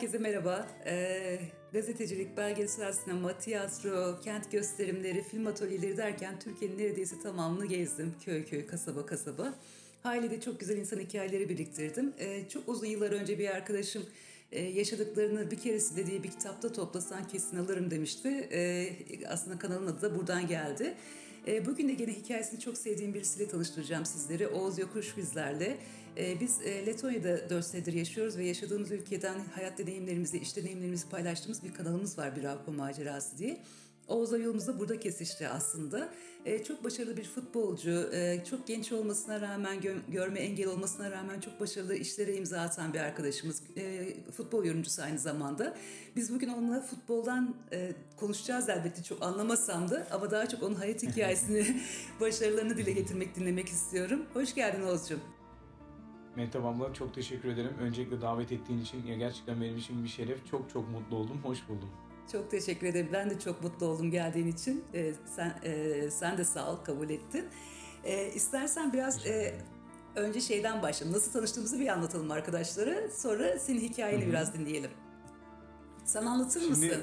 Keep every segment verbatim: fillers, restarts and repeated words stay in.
Herkese merhaba. Ee, gazetecilik, belgesel sinema, tiyatro, kent gösterimleri, film atölyeleri derken Türkiye'nin neredeyse tamamını gezdim. Köy köy, kasaba kasaba. Haliyle de çok güzel insan hikayeleri biriktirdim. Ee, çok uzun yıllar önce bir arkadaşım e, yaşadıklarını bir keresinde diye bir kitapta toplasan kesin alırım demişti. Ee, aslında kanalın adı da buradan geldi. E, Bugün de gene hikayesini çok sevdiğim birisiyle tanıştıracağım sizleri. Oğuz Yokuş bizlerle. E, Biz e, Letonya'da dört senedir yaşıyoruz ve yaşadığımız ülkeden hayat deneyimlerimizi, iş deneyimlerimizi paylaştığımız bir kanalımız var, Bir Avrupa Macerası diye. Oğuz'la yolumuz da burada kesişti aslında. Ee, çok başarılı bir futbolcu, e, çok genç olmasına rağmen, gö- görme engel olmasına rağmen çok başarılı işlere imza atan bir arkadaşımız. E, futbol yorumcusu aynı zamanda. Biz bugün onunla futboldan e, konuşacağız elbette, çok anlamasam da, ama daha çok onun hayat hikayesini, başarılarını dile getirmek, dinlemek istiyorum. Hoş geldin Oğuz'cum. Mehtap abla, çok teşekkür ederim. Öncelikle davet ettiğin için ya gerçekten benim için bir şeref. Çok çok mutlu oldum. Hoş buldum. Çok teşekkür ederim. Ben de çok mutlu oldum geldiğin için. Ee, sen e, sen de sağ ol, kabul ettin. Ee, istersen biraz e, önce şeyden başlayalım. Nasıl tanıştığımızı bir anlatalım arkadaşlara. Sonra senin hikayeni Hı hı. biraz dinleyelim. Sen anlatır Şimdi mısın?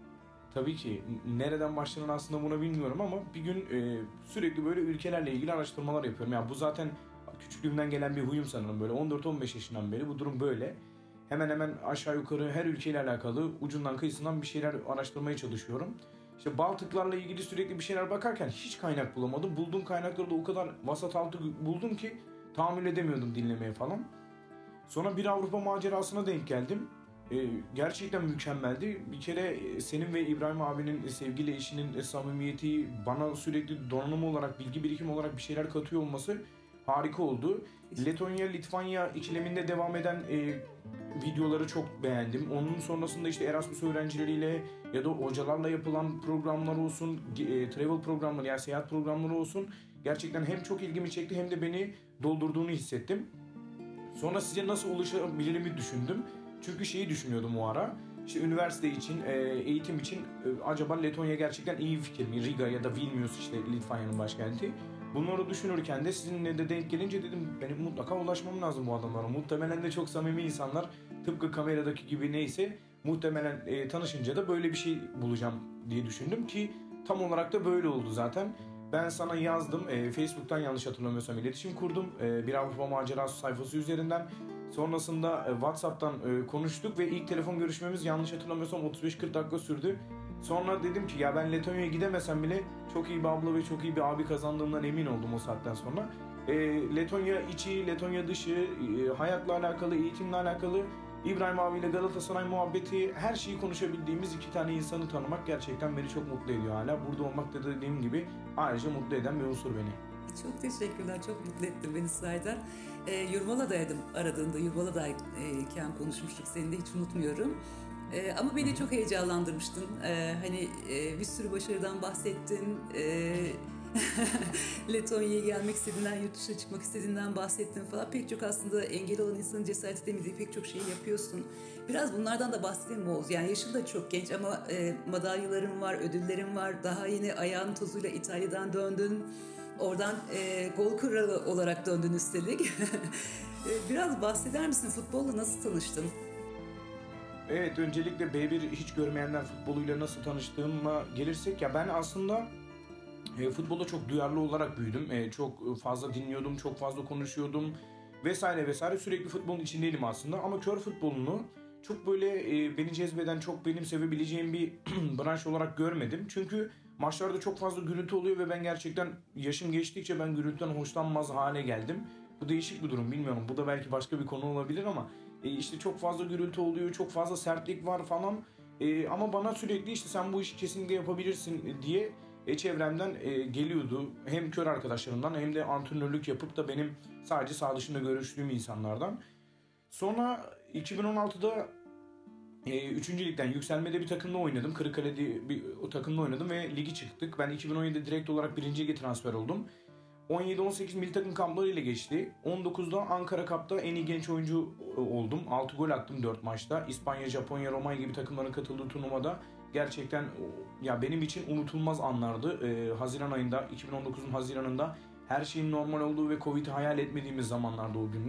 tabii ki nereden başlanır aslında buna bilmiyorum ama bir gün e, sürekli böyle ülkelerle ilgili araştırmalar yapıyorum. Yani bu zaten küçüklüğümden gelen bir huyum sanırım, böyle on dört on beş yaşından beri bu durum böyle. Hemen hemen aşağı yukarı her ülkeyle alakalı ucundan kıyısından bir şeyler araştırmaya çalışıyorum. İşte Baltıklarla ilgili sürekli bir şeyler bakarken hiç kaynak bulamadım. Bulduğum kaynakları da o kadar vasat altı buldum ki tahammül edemiyordum dinlemeye falan. Sonra bir Avrupa macerasına denk geldim. Ee, gerçekten mükemmeldi. Bir kere e, senin ve İbrahim abinin, e, sevgili eşinin e, samimiyeti, bana sürekli donanım olarak, bilgi birikimi olarak bir şeyler katıyor olması harika oldu. Letonya-Litvanya ikileminde devam eden e, videoları çok beğendim. Onun sonrasında işte Erasmus öğrencileriyle ya da hocalarla yapılan programlar olsun, e, travel programları, yani seyahat programları olsun, gerçekten hem çok ilgimi çekti hem de beni doldurduğunu hissettim. Sonra size nasıl ulaşabilirimi düşündüm. Çünkü şeyi düşünüyordum o ara. İşte üniversite için, e, eğitim için e, acaba Letonya gerçekten iyi bir fikir mi? Riga ya da Vilnius, işte Litvanya'nın başkenti. Bunları düşünürken de sizinle de denk gelince dedim benim mutlaka ulaşmam lazım bu adamlara. Muhtemelen de çok samimi insanlar. Tıpkı kameradaki gibi neyse, muhtemelen e, tanışınca da böyle bir şey bulacağım diye düşündüm ki tam olarak da böyle oldu zaten. Ben sana yazdım. E, Facebook'tan yanlış hatırlamıyorsam iletişim kurdum. E, Bir Avrupa Macerası sayfası üzerinden. Sonrasında e, WhatsApp'tan e, konuştuk ve ilk telefon görüşmemiz yanlış hatırlamıyorsam otuz beş kırk dakika sürdü. Sonra dedim ki ya ben Letonya'ya gidemesem bile çok iyi bir abla ve çok iyi bir abi kazandığımdan emin oldum o saatten sonra. E, Letonya içi, Letonya dışı, e, hayatla alakalı, eğitimle alakalı, İbrahim abiyle Galatasaray muhabbeti, her şeyi konuşabildiğimiz iki tane insanı tanımak gerçekten beni çok mutlu ediyor hala. Burada olmak da dediğim gibi ayrıca mutlu eden bir unsur beni. Çok teşekkürler, çok mutlu ettin beni sahiden. E, Yurmala'daydım aradığında, Yurmala'dayken konuşmuştuk, seni de hiç unutmuyorum. E, ama beni çok heyecanlandırmıştın. E, hani e, bir sürü başarıdan bahsettin. E, Letonya'ya gelmek istediğinden, yurt dışına çıkmak istediğinden bahsettin falan. Pek çok aslında engel olan insanın cesaret edemediği pek çok şeyi yapıyorsun. Biraz bunlardan da bahsedelim Oğuz. Yani yaşın da çok genç ama e, madalyaların var, ödüllerin var. Daha yeni ayağın tozuyla İtalya'dan döndün. Oradan e, gol kralı olarak döndün üstelik. E, Biraz bahseder misin? Futbolla nasıl tanıştın? Evet, öncelikle B bir hiç görmeyenler futboluyla nasıl tanıştığıma gelirsek, ya ben aslında e, futbola çok duyarlı olarak büyüdüm. E, çok fazla dinliyordum, çok fazla konuşuyordum vesaire vesaire. Sürekli futbolun içindeydim aslında ama kör futbolunu çok böyle e, beni cezbeden, çok benim sevebileceğim bir branş olarak görmedim. Çünkü maçlarda çok fazla gürültü oluyor ve ben gerçekten yaşım geçtikçe ben gürültüden hoşlanmaz hale geldim. Bu değişik bir durum, bilmiyorum. Bu da belki başka bir konu olabilir ama e, işte çok fazla gürültü oluyor, çok fazla sertlik var falan. E, ama bana sürekli işte sen bu işi kesinlikle yapabilirsin diye e, çevremden e, geliyordu. Hem kör arkadaşlarımdan hem de antrenörlük yapıp da benim sadece sağ dışında görüştüğüm insanlardan. Sonra iki bin on altıda e, üçüncü ligden yükselmede bir takımda oynadım. Kırıkkale'de bir o takımda oynadım ve ligi çıktık. Ben iki bin on yedide direkt olarak birinci lige transfer oldum. on yedi on sekiz milli takım kampları ile geçti. on dokuzda Ankara Cup'ta en iyi genç oyuncu oldum. altı gol attım dört maçta. İspanya, Japonya, Romanya gibi takımların katıldığı turnuvada gerçekten ya benim için unutulmaz anlardı. Ee, Haziran ayında, iki bin on dokuzun Haziran'ında her şeyin normal olduğu ve Covid'i hayal etmediğimiz zamanlarda o günler.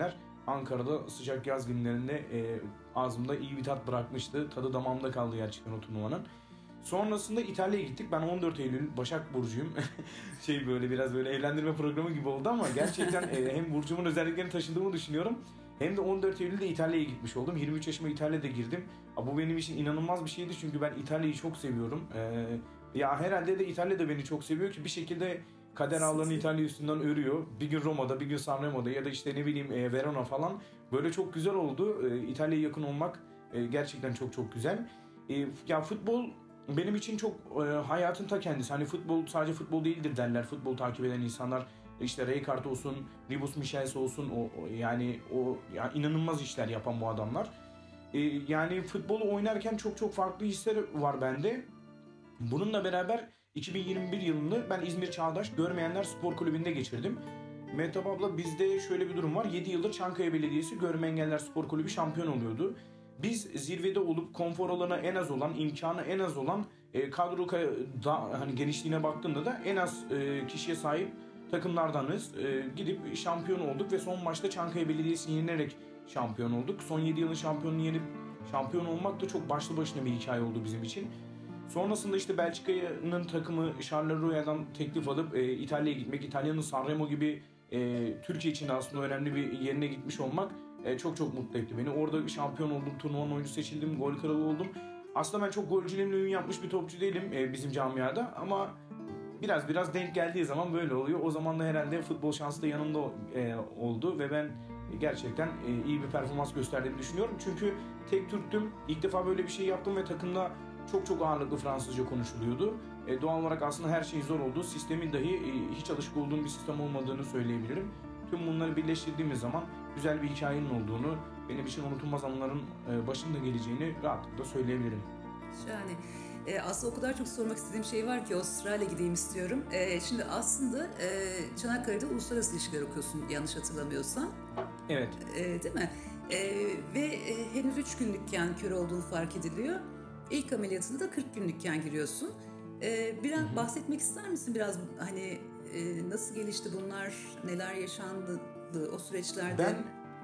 Ankara'da sıcak yaz günlerinde e, ağzımda iyi bir tat bırakmıştı. Tadı damağımda kaldı gerçekten o turnuvanın. Sonrasında İtalya'ya gittik. Ben on dört Eylül Başak Burcu'yum. şey böyle biraz böyle evlendirme programı gibi oldu ama gerçekten e, hem burcumun özelliklerini taşıdığımı düşünüyorum. Hem de on dört Eylül'de İtalya'ya gitmiş oldum. yirmi üç yaşıma İtalya'da girdim. Bu benim için inanılmaz bir şeydi çünkü ben İtalya'yı çok seviyorum. Ee, ya herhalde de İtalya da beni çok seviyor ki bir şekilde kader ağlarını İtalya üstünden örüyor. Bir gün Roma'da, bir gün Sanremo'da ya da işte ne bileyim e, Verona falan. Böyle çok güzel oldu. E, İtalya'ya yakın olmak e, gerçekten çok çok güzel. E, ya futbol benim için çok e, hayatın ta kendisi. Hani futbol sadece futbol değildir derler. Futbol takip eden insanlar işte Rijkaard olsun, Ribus Michels olsun o, o yani o ya inanılmaz işler yapan bu adamlar. E, yani futbolu oynarken çok çok farklı hisler var bende. Bununla beraber iki bin yirmi bir yılını ben İzmir Çağdaş Görmeyenler Spor Kulübü'nde geçirdim. Mehtap abla bizde şöyle bir durum var. yedi yıldır Çankaya Belediyesi Görme Engeller Spor Kulübü şampiyon oluyordu. Biz zirvede olup konfor alanı en az olan, imkanı en az olan e, kadro da, hani genişliğine baktığında da en az e, kişiye sahip takımlardanız. E, gidip şampiyon olduk ve son maçta Çankaya Belediyesi'ni yenerek şampiyon olduk. Son yedi yılın şampiyonunu yenip şampiyon olmak da çok başlı başına bir hikaye oldu bizim için. Sonrasında işte Belçika'nın takımı Charleroi teklif alıp e, İtalya'ya gitmek, İtalya'nın Sanremo gibi e, Türkiye için aslında önemli bir yerine gitmiş olmak e, çok çok mutlu etti beni. Orada şampiyon oldum, turnuvanın oyuncusu seçildim, gol kralı oldum. Aslında ben çok golcülüğümle ün yapmış bir topçu değilim e, bizim camiada ama biraz biraz denk geldiği zaman böyle oluyor. O zaman da herhalde futbol şansı da yanımda e, oldu ve ben gerçekten e, iyi bir performans gösterdiğimi düşünüyorum. Çünkü tek Türktüm, ilk defa böyle bir şey yaptım ve takımda çok çok ağırlıklı Fransızca konuşuluyordu. E, doğal olarak aslında her şey zor oldu. Sistemin dahi e, hiç alışık olduğum bir sistem olmadığını söyleyebilirim. Tüm bunları birleştirdiğimiz zaman güzel bir hikayenin olduğunu, benim için unutulmaz anıların e, başında geleceğini rahatlıkla söyleyebilirim. Şahane. E, aslında o kadar çok sormak istediğim şey var ki Avustralya gideyim istiyorum. E, şimdi aslında e, Çanakkale'de uluslararası ilişkiler okuyorsun yanlış hatırlamıyorsam. Evet. E, değil mi? E, ve e, henüz üç günlükken kör olduğunu fark ediliyor. İlk ameliyatında da kırk günlükken giriyorsun. Ee, biraz hı hı. bahsetmek ister misin biraz hani e, nasıl gelişti bunlar, neler yaşandı o süreçlerde? Ben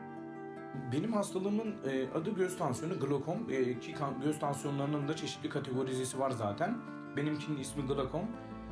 benim hastalığımın e, adı göz tansiyonu, glokom. E, ki kan, göz tansiyonlarının da çeşitli kategorizesi var zaten. Benimkinin ismi glokom.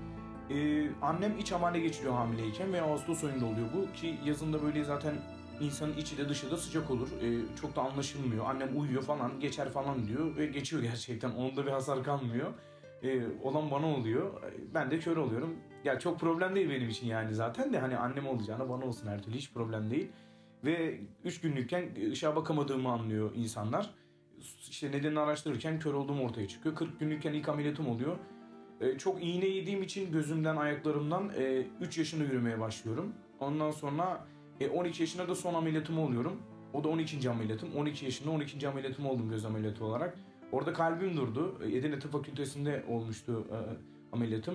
E, annem iç amale geçiriyor hamileyken ve Ağustos ayında oluyor bu ki yazında böyle zaten İnsanın içi de dışı da sıcak olur. Ee, çok da anlaşılmıyor. Annem uyuyor falan, geçer falan diyor ve geçiyor gerçekten. Onda bir hasar kalmıyor. Ee, olan bana oluyor. Ben de kör oluyorum. Ya çok problem değil benim için yani zaten de hani annem olacağına bana olsun her türlü hiç problem değil. Ve üç günlükken ışığa bakamadığımı anlıyor insanlar. İşte nedenini araştırırken kör olduğum ortaya çıkıyor. kırk günlükken ilk ameliyatım oluyor. Ee, çok iğne yediğim için gözümden, ayaklarımdan e, üç yaşında yürümeye başlıyorum. Ondan sonra on iki yaşında da son ameliyatımı oluyorum. O da on ikinci ameliyatım. on iki yaşında on ikinci ameliyatım oldum göz ameliyatı olarak. Orada kalbim durdu. Edirne Tıp Fakültesi'nde olmuştu e, ameliyatım.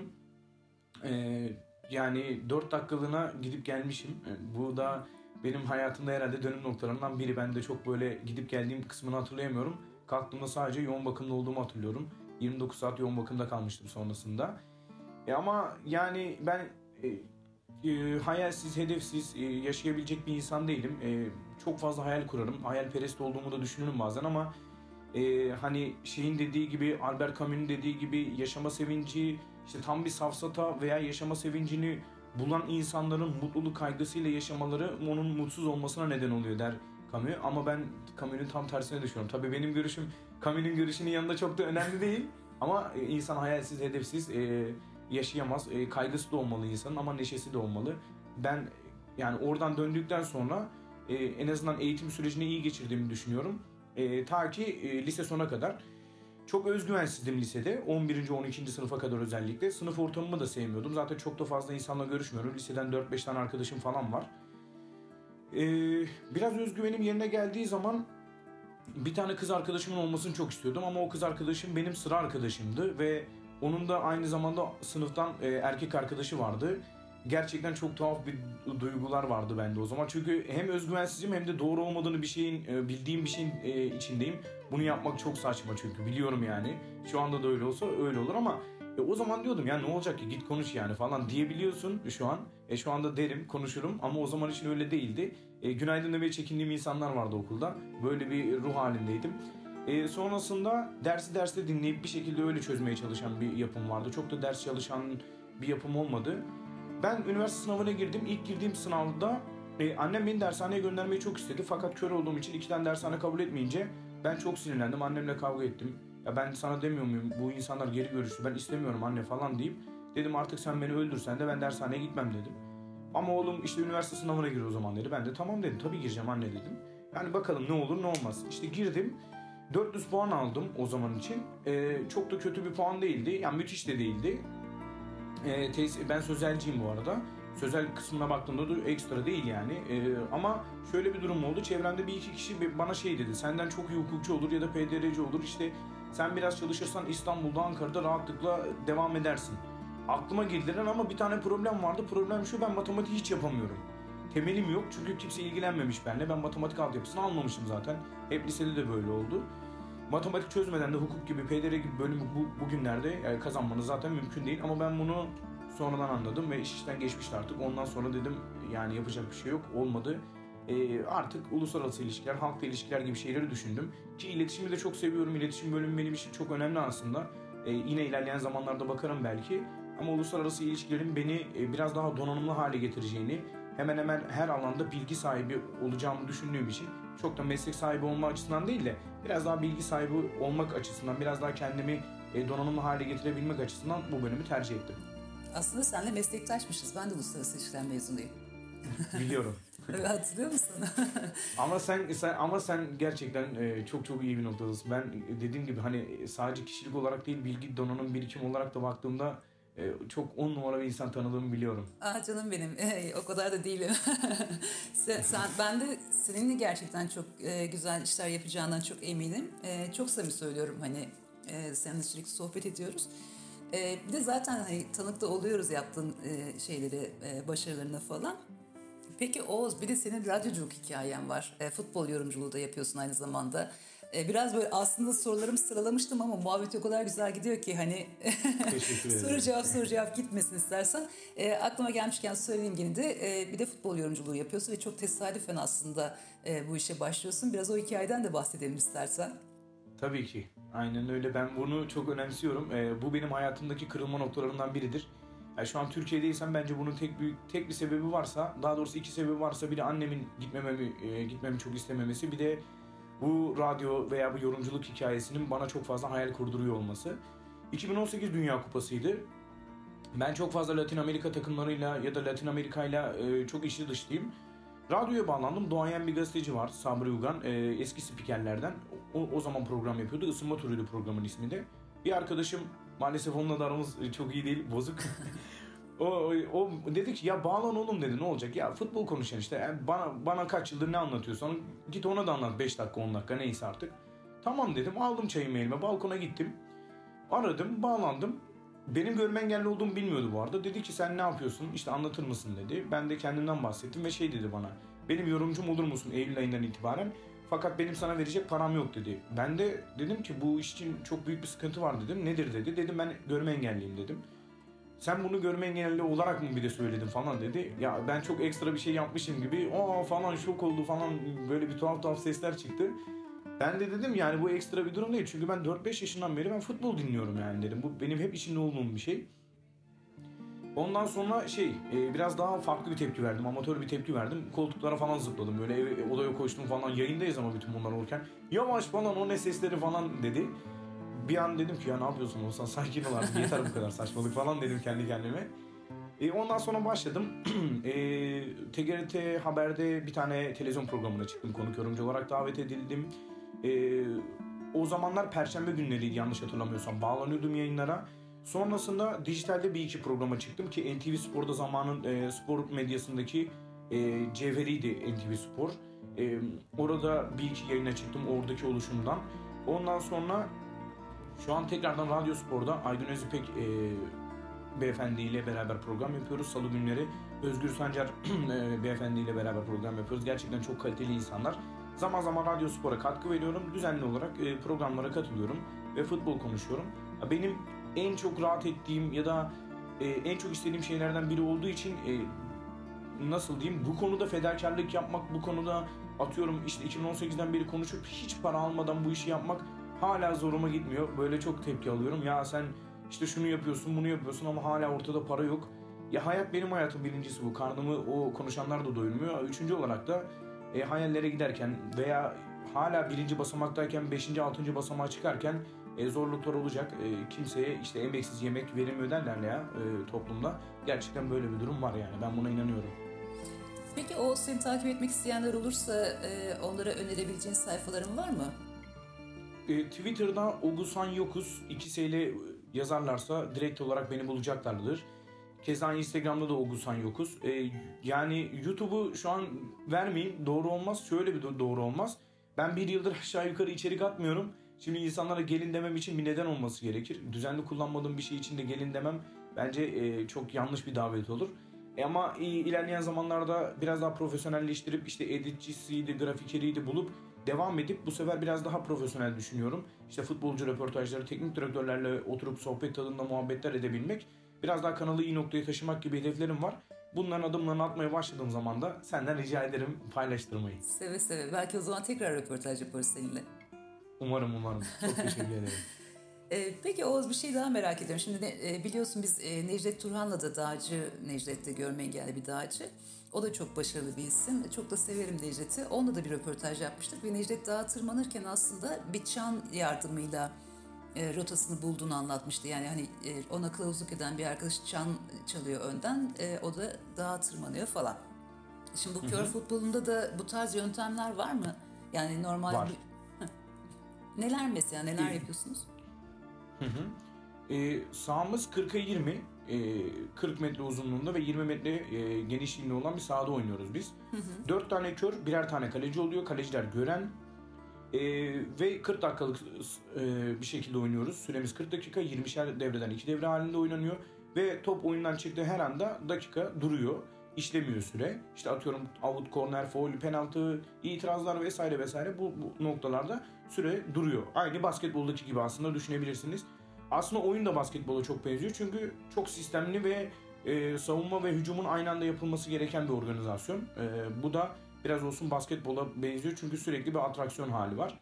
E, yani dört dakikalığına gidip gelmişim. E, bu da benim hayatımda herhalde dönüm noktalarından biri. Ben de çok böyle gidip geldiğim kısmını hatırlayamıyorum. Kalktığımda sadece yoğun bakımda olduğumu hatırlıyorum. yirmi dokuz saat yoğun bakımda kalmıştım sonrasında. E, ama yani ben... E, E, hayalsiz, hedefsiz e, yaşayabilecek bir insan değilim. E, çok fazla hayal kurarım. Hayalperest olduğumu da düşünürüm bazen ama e, hani şeyin dediği gibi, Albert Camus'un dediği gibi yaşama sevinci, işte tam bir safsata veya yaşama sevincini bulan insanların mutluluk kaygısıyla yaşamaları onun mutsuz olmasına neden oluyor der Camus. Ama ben Camus'un tam tersine düşünüyorum. Tabii benim görüşüm Camus'un görüşünün yanında çok da önemli değil. Ama e, insan hayalsiz, hedefsiz... E, yaşayamaz. E, kaygısı da olmalı insanın ama neşesi de olmalı. Ben yani oradan döndükten sonra e, en azından eğitim sürecini iyi geçirdiğimi düşünüyorum. E, ta ki e, lise sona kadar. Çok özgüvensizdim lisede. on birinci on ikinci sınıfa kadar özellikle. Sınıf ortamımı da sevmiyordum. Zaten çok da fazla insanla görüşmüyorum. Liseden dört beş tane arkadaşım falan var. E, biraz özgüvenim yerine geldiği zaman bir tane kız arkadaşımın olmasını çok istiyordum. Ama o kız arkadaşım benim sıra arkadaşımdı ve onun da aynı zamanda sınıftan e, erkek arkadaşı vardı. Gerçekten çok tuhaf bir duygular vardı bende o zaman. Çünkü hem özgüvensizim hem de doğru olmadığını bir şeyin, e, bildiğim bir şeyin e, içindeyim. Bunu yapmak çok saçma çünkü biliyorum yani. Şu anda da öyle olsa öyle olur ama e, o zaman diyordum ya ne olacak ki git konuş yani falan diyebiliyorsun şu an. E, şu anda derim, konuşurum ama o zaman için öyle değildi. E, günaydın demeye çekindiğim insanlar vardı okulda. Böyle bir ruh halindeydim. E, sonrasında dersi derste dinleyip bir şekilde öyle çözmeye çalışan bir yapım vardı. Çok da ders çalışan bir yapım olmadı. Ben üniversite sınavına girdim. İlk girdiğim sınavda e, annem beni dershaneye göndermeyi çok istedi. Fakat kör olduğum için iki tane dershane kabul etmeyince ben çok sinirlendim. Annemle kavga ettim. Ya ben sana demiyor muyum, bu insanlar geri görüşlü, ben istemiyorum anne falan deyip dedim artık sen beni öldürsen de ben dershaneye gitmem dedim. Ama oğlum işte üniversite sınavına gir o zaman dedi. Ben de tamam dedim, tabii gireceğim anne dedim. Yani bakalım ne olur ne olmaz. İşte girdim, dört yüz puan aldım o zaman için. Ee, çok da kötü bir puan değildi, yani müthiş de değildi. Ee, tes- ben sözelciyim bu arada. Sözel kısmına baktığımda da ekstra değil yani. Ee, ama şöyle bir durum oldu. Çevremde bir iki kişi bana şey dedi. Senden çok iyi hukukçu olur ya da P D R C olur. İşte sen biraz çalışırsan İstanbul'da, Ankara'da rahatlıkla devam edersin. Aklıma girdiler ama bir tane problem vardı. Problem şu, ben matematik hiç yapamıyorum. Temelim yok çünkü kimse ilgilenmemiş benimle. Ben matematik altyapısını almamışım zaten. Hep lisede de böyle oldu. Matematik çözmeden de hukuk gibi, P D R gibi bölümü bu, bugünlerde kazanmanız zaten mümkün değil. Ama ben bunu sonradan anladım ve iş işten geçmişti artık. Ondan sonra dedim yani yapacak bir şey yok, olmadı. Ee, artık uluslararası ilişkiler, halkla ilişkiler gibi şeyleri düşündüm. Ki iletişimi de çok seviyorum. İletişim bölümü benim için çok önemli aslında. Ee, yine ilerleyen zamanlarda bakarım belki. Ama uluslararası ilişkilerin beni e, biraz daha donanımlı hale getireceğini, hemen hemen her alanda bilgi sahibi olacağımı düşündüğüm için, çok da meslek sahibi olma açısından değil de biraz daha bilgi sahibi olmak açısından, biraz daha kendimi e, donanımlı hale getirebilmek açısından bu bölümü tercih ettim. Aslında seninle meslektaşmışız. Ben de uluslararası ilişkiler mezunuyum. Biliyorum. Hatırlıyor musun? ama sen, sen ama sen gerçekten e, çok çok iyi bir noktadasın. Ben dediğim gibi hani sadece kişilik olarak değil, bilgi, donanım, birikim olarak da baktığımda e, çok on numara bir insan tanıdığımı biliyorum. Ah canım benim, e, o kadar da değilim. sen, sen, ben de seninle gerçekten çok e, güzel işler yapacağından çok eminim. E, çok samimi söylüyorum, hani e, seninle sürekli sohbet ediyoruz. E, bir de zaten hani tanık da oluyoruz yaptığın e, şeyleri, e, başarılarına falan. Peki Oğuz, bir de senin radyoculuk hikayen var. E, futbol yorumculuğu da yapıyorsun aynı zamanda. E, biraz böyle aslında sorularımı sıralamıştım ama muhabbet o kadar güzel gidiyor ki hani soru cevap soru cevap gitmesin istersen. E, aklıma gelmişken söyleyeyim yine de e, bir de futbol yorumculuğu yapıyorsun ve çok tesadüfen aslında e, bu işe başlıyorsun. Biraz o hikayeden de bahsedelim istersen. Tabii ki. Aynen öyle. Ben bunu çok önemsiyorum. E, bu benim hayatımdaki kırılma noktalarından biridir. Yani şu an Türkiye'deysem bence bunun tek bir tek bir sebebi varsa, daha doğrusu iki sebebi varsa, biri annemin gitmememi e, gitmemi çok istememesi, bir de bu radyo veya bu yorumculuk hikayesinin bana çok fazla hayal kurduruyor olması. iki bin on sekiz Dünya Kupası'ydı. Ben çok fazla Latin Amerika takımlarıyla ya da Latin Amerika'yla e, çok içli dışlıyım. Radyoya bağlandım. Doğayan bir gazeteci var, Sabri Ugan, e, eski spikerlerden. O, o zaman program yapıyordu. Isınma turuydu programın ismi de. Bir arkadaşım, maalesef onunla da aramız çok iyi değil, bozuk. o, o, o dedi ki ya bağlan oğlum dedi, ne olacak? Ya futbol konuşan işte. Yani bana bana kaç yıldır ne anlatıyorsan git ona da anlat, beş dakika on dakika neyse artık. Tamam dedim, aldım çayımı elime, balkona gittim. Aradım, bağlandım. Benim görme engelli olduğumu bilmiyordu bu arada. Dedi ki sen ne yapıyorsun? İşte anlatır mısın dedi. Ben de kendimden bahsettim ve şey dedi bana. Benim yorumcum olur musun Eylül ayından itibaren? Fakat benim sana verecek param yok dedi. Ben de dedim ki bu iş için çok büyük bir sıkıntı var dedim. Nedir dedi. Dedim ben görme engelliyim dedim. Sen bunu görme engelli olarak mı bir de söyledin falan dedi. Ya ben çok ekstra bir şey yapmışım gibi. Aa falan, şok oldu falan, böyle bir tuhaf tuhaf sesler çıktı. Ben de dedim yani bu ekstra bir durum değil. Çünkü ben dört beş yaşından beri ben futbol dinliyorum yani dedim. Bu benim hep içinde olduğum bir şey. Ondan sonra şey e, biraz daha farklı bir tepki verdim. Amatör bir tepki verdim. Koltuklara falan zıpladım. Böyle eve, odaya koştum falan. Yayındayız ama bütün bunlar olurken. Yavaş falan, o ne sesleri falan dedi. Bir an dedim ki ya ne yapıyorsun olsan, sakin ol artık, yeter bu kadar saçmalık falan dedim kendi kendime. E, ondan sonra başladım. e, T G R T Haber'de bir tane televizyon programına çıktım. Konuk yorumcu olarak davet edildim. E, o zamanlar Perşembe günleriydi yanlış hatırlamıyorsam. Bağlanıyordum yayınlara. Sonrasında dijitalde bir iki programa çıktım ki N T V Spor'da zamanın e, spor medyasındaki e, cevheriydi N T V Spor. E, orada bir iki yayına çıktım oradaki oluşumdan. Ondan sonra şu an tekrardan Radyo Spor'da Aydın Özipek e, beyefendiyle beraber program yapıyoruz. Salı günleri Özgür Sancar e, beyefendiyle beraber program yapıyoruz. Gerçekten çok kaliteli insanlar. Zaman zaman Radyo Spor'a katkı veriyorum. Düzenli olarak e, programlara katılıyorum ve futbol konuşuyorum. Benim en çok rahat ettiğim ya da e, en çok istediğim şeylerden biri olduğu için e, nasıl diyeyim, bu konuda fedakarlık yapmak, bu konuda atıyorum işte iki bin on sekizden beri konuşup hiç para almadan bu işi yapmak hala zoruma gitmiyor. Böyle çok tepki alıyorum. Ya sen işte şunu yapıyorsun, bunu yapıyorsun ama hala ortada para yok. Ya hayat benim hayatım, birincisi bu. Karnımı o konuşanlar da doyurmuyor. Üçüncü olarak da e, hayallere giderken veya hala birinci basamaktayken beşinci, altıncı basamağa çıkarken e, zorluklar olacak. E, kimseye işte emeksiz yemek verilmiyor derler ya e, toplumda. Gerçekten böyle bir durum var yani. Ben buna inanıyorum. Peki o seni takip etmek isteyenler olursa e, onlara önerebileceğin sayfaların var mı? E, Twitter'da Ogusan Yokuz ikisiyle yazarlarsa direkt olarak beni bulacaklardır. Keza Instagram'da da Ogusan Yokuz. E, yani YouTube'u şu an vermeyeyim, doğru olmaz. Şöyle bir doğru olmaz. Ben bir yıldır aşağı yukarı içerik atmıyorum. Şimdi insanlara gelin demem için bir neden olması gerekir. Düzenli kullanmadığım bir şey için de gelin demem bence e, çok yanlış bir davet olur. E ama e, ilerleyen zamanlarda biraz daha profesyonelleştirip işte editçisiydi, grafikeriydi bulup devam edip bu sefer biraz daha profesyonel düşünüyorum. İşte futbolcu röportajları, teknik direktörlerle oturup sohbet tadında muhabbetler edebilmek, biraz daha kanalı iyi noktaya taşımak gibi hedeflerim var. Bunların adımlarını atmaya başladığım zaman da senden rica ederim paylaştırmayı. Seve seve. Belki o zaman tekrar röportaj yaparız seninle. Umarım umarım. Çok teşekkür ederim. Ee, peki Oğuz, bir şey daha merak ediyorum. Şimdi ne- e, biliyorsun biz e, Necdet Turhan'la da dağcı, Necdet görme engelli bir dağcı. O da çok başarılı bir isim. Çok da severim Necdet'i. Onunla da bir röportaj yapmıştık ve Necdet dağa tırmanırken aslında bir çan yardımıyla e, rotasını bulduğunu anlatmıştı. Yani hani e, ona kılavuzluk eden bir arkadaş çan çalıyor önden, e, o da dağa tırmanıyor falan. Şimdi bu kör futbolunda da bu tarz yöntemler var mı? Yani normal Var. bir- neler mesela, neler İyi. yapıyorsunuz? Hı hı. Ee, sahamız kırka yirmi, e, kırk metre uzunluğunda ve yirmi metre e, genişliğinde olan bir sahada oynuyoruz biz. dört tane kör, birer tane kaleci oluyor. Kaleciler gören e, ve kırk dakikalık e, bir şekilde oynuyoruz. Süremiz kırk dakika, yirmişer devreden iki devre halinde oynanıyor ve top oyundan çıktığı her anda dakika duruyor. İşlemiyor süre. İşte atıyorum out, korner, faul, penaltı, itirazlar vesaire vesaire bu, bu noktalarda süre duruyor. Aynı basketboldaki gibi aslında düşünebilirsiniz. Aslında oyun da basketbola çok benziyor çünkü çok sistemli ve e, savunma ve hücumun aynı anda yapılması gereken bir organizasyon. E, bu da biraz olsun basketbola benziyor çünkü sürekli bir atraksiyon hali var.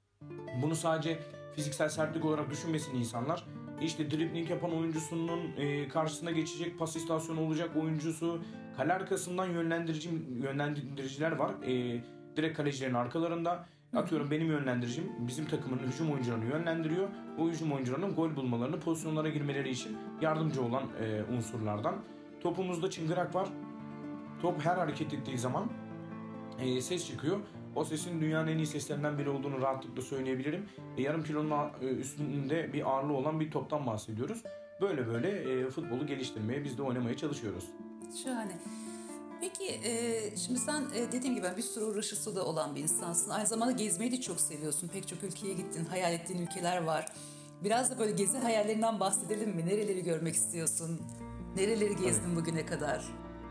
Bunu sadece fiziksel sertlik olarak düşünmesin insanlar. İşte dribbling yapan oyuncusunun e, karşısına geçecek pas istasyonu olacak oyuncusu, kale arkasından yönlendirici yönlendiriciler var. E, direkt kalecilerin arkalarında. Atıyorum benim yönlendiricim bizim takımın hücum oyuncularını yönlendiriyor. O hücum oyuncularının gol bulmalarını, pozisyonlara girmeleri için yardımcı olan e, unsurlardan. Topumuzda çıngırak var. Top her hareket ettiği zaman e, ses çıkıyor. O sesin dünyanın en iyi seslerinden biri olduğunu rahatlıkla söyleyebilirim. E, yarım kilonun e, üstünde bir ağırlığı olan bir toptan bahsediyoruz. Böyle böyle e, futbolu geliştirmeye, biz de oynamaya çalışıyoruz. Şahane. Peki e, şimdi sen e, dediğim gibi bir sürü uğraşısı da olan bir insansın. Aynı zamanda gezmeyi de çok seviyorsun. Pek çok ülkeye gittin, hayal ettiğin ülkeler var. Biraz da böyle gezi hayallerinden bahsedelim mi? Nereleri görmek istiyorsun? Nereleri gezdin Tabii. bugüne kadar?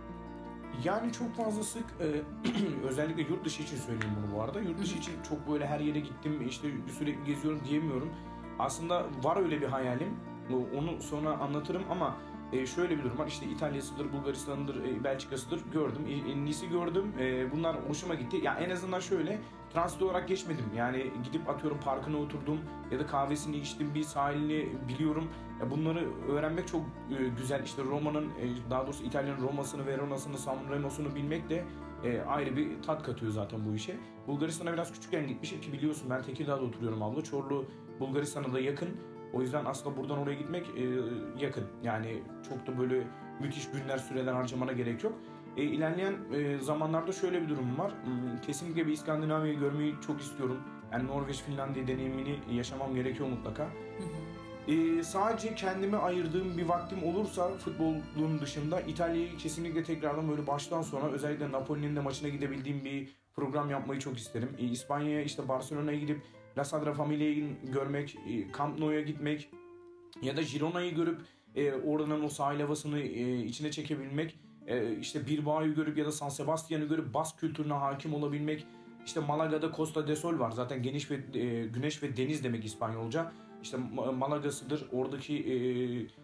Yani çok fazla sık e, özellikle yurt dışı için söyleyeyim bunu bu arada. Yurt dışı için çok böyle her yere gittim işte sürekli geziyorum diyemiyorum. Aslında var öyle bir hayalim. Onu sonra anlatırım ama e, şöyle bir durum var. İşte İtalya'sıdır, Bulgaristan'dır, e, Belçika'sıdır gördüm. E, Nice'i gördüm. E, bunlar hoşuma gitti. Ya en azından şöyle transit olarak geçmedim. Yani gidip atıyorum parkına oturdum ya da kahvesini içtim, bir sahilini biliyorum. Ya bunları öğrenmek çok e, güzel. İşte Roma'nın, e, daha doğrusu İtalya'nın Roma'sını, Verona'sını, San Remo'sunu bilmek de e, ayrı bir tat katıyor zaten bu işe. Bulgaristan'a biraz küçükken gitmişim ki biliyorsun ben Tekirdağ'da oturuyorum abla. Çorlu Bulgaristan'a da yakın. O yüzden aslında buradan oraya gitmek e, yakın. Yani çok da böyle müthiş günler, süreler harcamana gerek yok. E, ilerleyen e, zamanlarda şöyle bir durum var. Hmm, Kesinlikle bir İskandinavya'yı görmeyi çok istiyorum. Yani Norveç, Finlandiya deneyimini yaşamam gerekiyor mutlaka. Ee, sadece kendime ayırdığım bir vaktim olursa futbolun dışında İtalya'yı kesinlikle tekrardan böyle baştan sona özellikle Napoli'nin de maçına gidebildiğim bir program yapmayı çok isterim. Ee, İspanya'ya işte Barcelona'ya gidip La Sagrada Familia'yı görmek, e, Camp Nou'ya gitmek ya da Girona'yı görüp e, oradan o sahil havasını e, içine çekebilmek, e, işte Bilbao'yu görüp ya da San Sebastian'ı görüp Bask kültürüne hakim olabilmek. İşte Malaga'da Costa del Sol var. Zaten geniş ve e, güneş ve deniz demek İspanyolca. İşte Malaga'sıdır, oradaki e,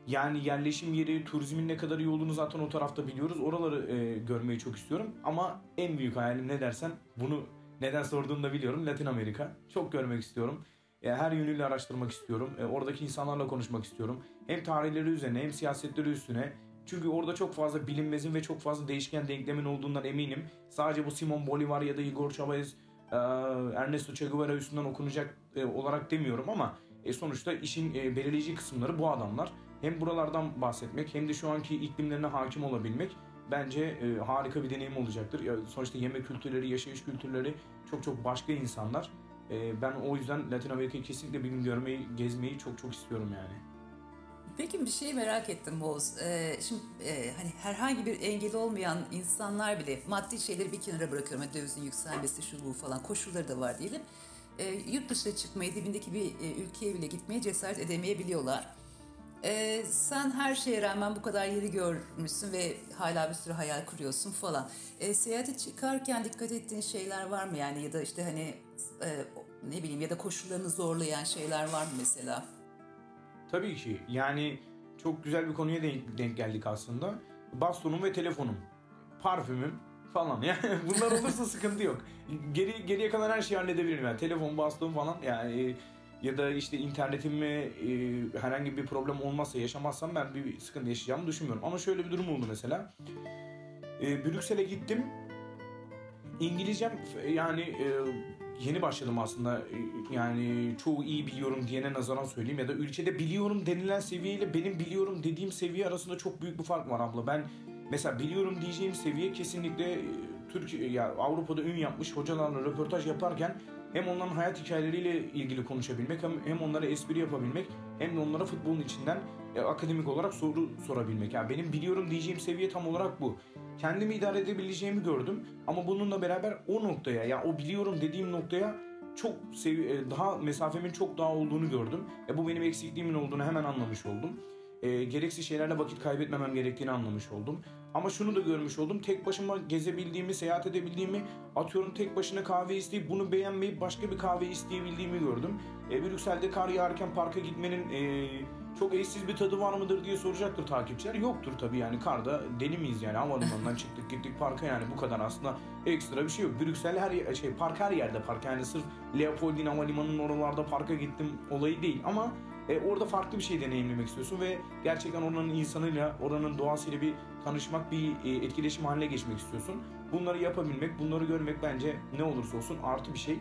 Yani yerleşim yeri, turizmin ne kadar iyi olduğunu zaten o tarafta biliyoruz. Oraları e, görmeyi çok istiyorum. Ama en büyük hayalim ne dersen, bunu neden sorduğunu da biliyorum. Latin Amerika. Çok görmek istiyorum. E, her yönüyle araştırmak istiyorum. E, oradaki insanlarla konuşmak istiyorum. Hem tarihleri üzerine hem siyasetleri üstüne. Çünkü orada çok fazla bilinmezin ve çok fazla değişken denklemin olduğundan eminim. Sadece bu Simon Bolivar ya da Igor Chavez, e, Ernesto Che Guevara üstünden okunacak e, olarak demiyorum ama e, sonuçta işin e, belirleyici kısımları bu adamlar. Hem buralardan bahsetmek hem de şu anki iklimlerine hakim olabilmek bence e, harika bir deneyim olacaktır. Ya, sonuçta yemek kültürleri, yaşayış kültürleri çok çok başka insanlar. E, ben o yüzden Latin Amerika'yı kesinlikle bir gün görmeyi, gezmeyi çok çok istiyorum yani. Peki bir şey merak ettim Oğuz. Ee, şimdi e, hani herhangi bir engeli olmayan insanlar bile maddi şeyleri bir kenara bırakıyorum. Hani dövizin yükselmesi, şu bu falan koşulları da var diyelim. Ee, yurt dışına çıkmayı, dibindeki bir e, ülkeye bile gitmeye cesaret edemeyebiliyorlar. Ee, sen her şeye rağmen bu kadar yeri görmüşsün ve hala bir sürü hayal kuruyorsun falan. Ee, seyahate çıkarken dikkat ettiğin şeyler var mı yani ya da işte hani e, ne bileyim ya da koşullarını zorlayan şeyler var mı mesela? Tabii ki yani çok güzel bir konuya denk, denk geldik aslında. Bastonum ve telefonum, parfümüm falan yani bunlar olursa sıkıntı yok. Geri, geriye kalan her şeyi halledebilirim yani telefon, baston falan yani e, ya da işte internetime e, herhangi bir problem olmazsa, yaşamazsam ben bir sıkıntı yaşayacağımı düşünmüyorum. Ama şöyle bir durum oldu mesela. E, Brüksel'e gittim. İngilizcem yani e, yeni başladım aslında. E, yani çoğu iyi biliyorum diyene nazaran söyleyeyim ya da ülkede biliyorum denilen seviyeyle benim biliyorum dediğim seviye arasında çok büyük bir fark var abla. Ben mesela biliyorum diyeceğim seviye kesinlikle e, Türkiye ya Avrupa'da ün yapmış hocalarla röportaj yaparken hem onların hayat hikayeleriyle ilgili konuşabilmek hem, hem onlara espri yapabilmek hem de onlara futbolun içinden e, akademik olarak soru sorabilmek. Yani benim biliyorum diyeceğim seviye tam olarak bu. Kendimi idare edebileceğimi gördüm ama bununla beraber o noktaya ya o biliyorum dediğim noktaya çok sevi- daha mesafemin çok daha olduğunu gördüm. E bu benim eksikliğimin olduğunu hemen anlamış oldum. E, gereksiz şeylerle vakit kaybetmemem gerektiğini anlamış oldum. Ama şunu da görmüş oldum. Tek başıma gezebildiğimi, seyahat edebildiğimi, atıyorum tek başına kahve isteyip bunu beğenmeyip başka bir kahve isteyebildiğimi gördüm. E, Brüksel'de kar yağarken parka gitmenin e, çok eşsiz bir tadı var mıdır diye soracaktır takipçiler. Yoktur tabii yani karda deli miyiz yani havalimanından çıktık gittik parka yani bu kadar aslında ekstra bir şey yok. Brüksel her yer, şey park her yerde park yani sırf Leopoldine Havalimanı'nın oralarda parka gittim olayı değil ama e, orada farklı bir şey deneyimlemek istiyorsun ve gerçekten oranın insanıyla, oranın doğasıyla bir tanışmak, bir e, etkileşim haline geçmek istiyorsun. Bunları yapabilmek, bunları görmek bence ne olursa olsun artı bir şey.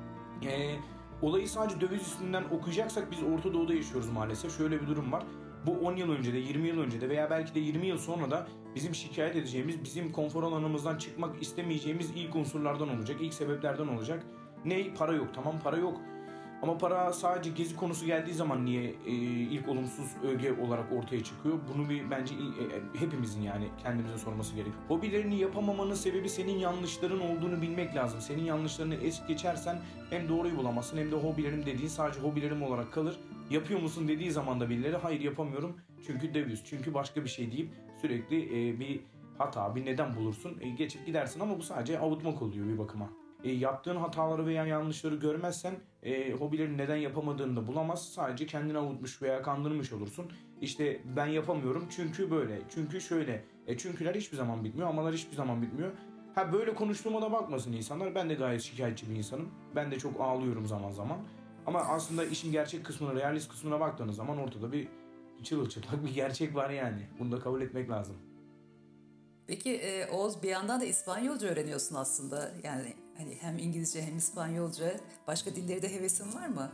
E, olayı sadece döviz üstünden okuyacaksak biz Orta Doğu'da yaşıyoruz maalesef. Şöyle bir durum var. Bu on yıl önce de, yirmi yıl önce de veya belki de yirmi yıl sonra da bizim şikayet edeceğimiz, bizim konfor alanımızdan çıkmak istemeyeceğimiz ilk unsurlardan olacak, ilk sebeplerden olacak. Ne? Para yok. Tamam para yok. Ama para sadece gezi konusu geldiği zaman niye e, ilk olumsuz öge olarak ortaya çıkıyor? Bunu bir bence e, e, hepimizin yani kendimize sorması gerekiyor. Hobilerini yapamamanın sebebi senin yanlışların olduğunu bilmek lazım. Senin yanlışlarını es geçersen hem doğruyu bulamazsın hem de hobilerim dediğin sadece hobilerim olarak kalır. Yapıyor musun dediği zaman da birileri hayır yapamıyorum çünkü döviz, çünkü başka bir şey deyip sürekli e, bir hata, bir neden bulursun. E, geçip gidersin ama bu sadece avutmak oluyor bir bakıma. E, yaptığın hataları veya yanlışları görmezsen e, hobilerin neden yapamadığını da bulamaz. Sadece kendini avutmuş veya kandırmış olursun. İşte ben yapamıyorum çünkü böyle, çünkü şöyle. E, çünküler hiçbir zaman bitmiyor, amalar hiçbir zaman bitmiyor. Ha böyle konuştuğuma da bakmasın insanlar. Ben de gayet şikayetçi bir insanım. Ben de çok ağlıyorum zaman zaman. Ama aslında işin gerçek kısmına, realist kısmına baktığınız zaman ortada bir çırılçıplak bir gerçek var yani. Bunu da kabul etmek lazım. Peki e, Oğuz bir yandan da İspanyolca öğreniyorsun aslında. Yani hani hem İngilizce hem İspanyolca. Başka dilleri de hevesin var mı?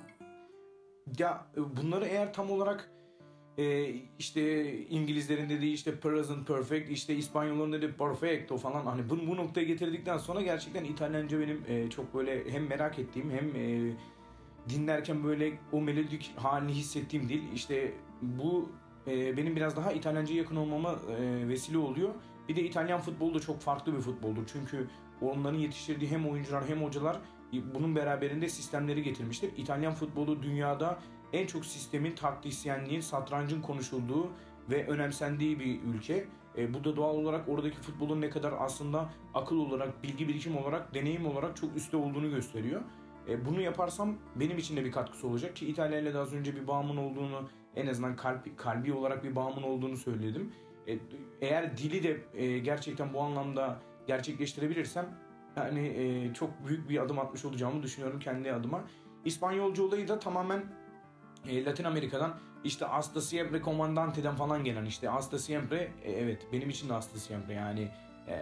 Ya e, bunları eğer tam olarak e, işte İngilizlerin dediği işte present perfect, işte İspanyolların dediği perfecto falan hani bunu bu noktaya getirdikten sonra gerçekten İtalyanca benim e, çok böyle hem merak ettiğim hem e, dinlerken böyle o melodik halini hissettiğim dil. İşte bu e, benim biraz daha İtalyanca yakın olmama e, vesile oluyor. Bir de İtalyan futbolu da çok farklı bir futboldur. Çünkü onların yetiştirdiği hem oyuncular hem hocalar bunun beraberinde sistemleri getirmiştir. İtalyan futbolu dünyada en çok sistemin, taktisyenliğin, satrancın konuşulduğu ve önemsendiği bir ülke. E, bu da doğal olarak oradaki futbolun ne kadar aslında akıl olarak, bilgi birikim olarak, deneyim olarak çok üstte olduğunu gösteriyor. E, bunu yaparsam benim için de bir katkısı olacak ki İtalya ile de az önce bir bağımın olduğunu en azından kalbi, kalbi olarak bir bağımın olduğunu söyledim. E, eğer dili de e, gerçekten bu anlamda gerçekleştirebilirsem yani e, çok büyük bir adım atmış olacağımı düşünüyorum kendi adıma. İspanyolca olayı da tamamen e, Latin Amerika'dan işte hasta siempre comandante'den falan gelen işte hasta siempre e, evet benim için de hasta siempre yani e,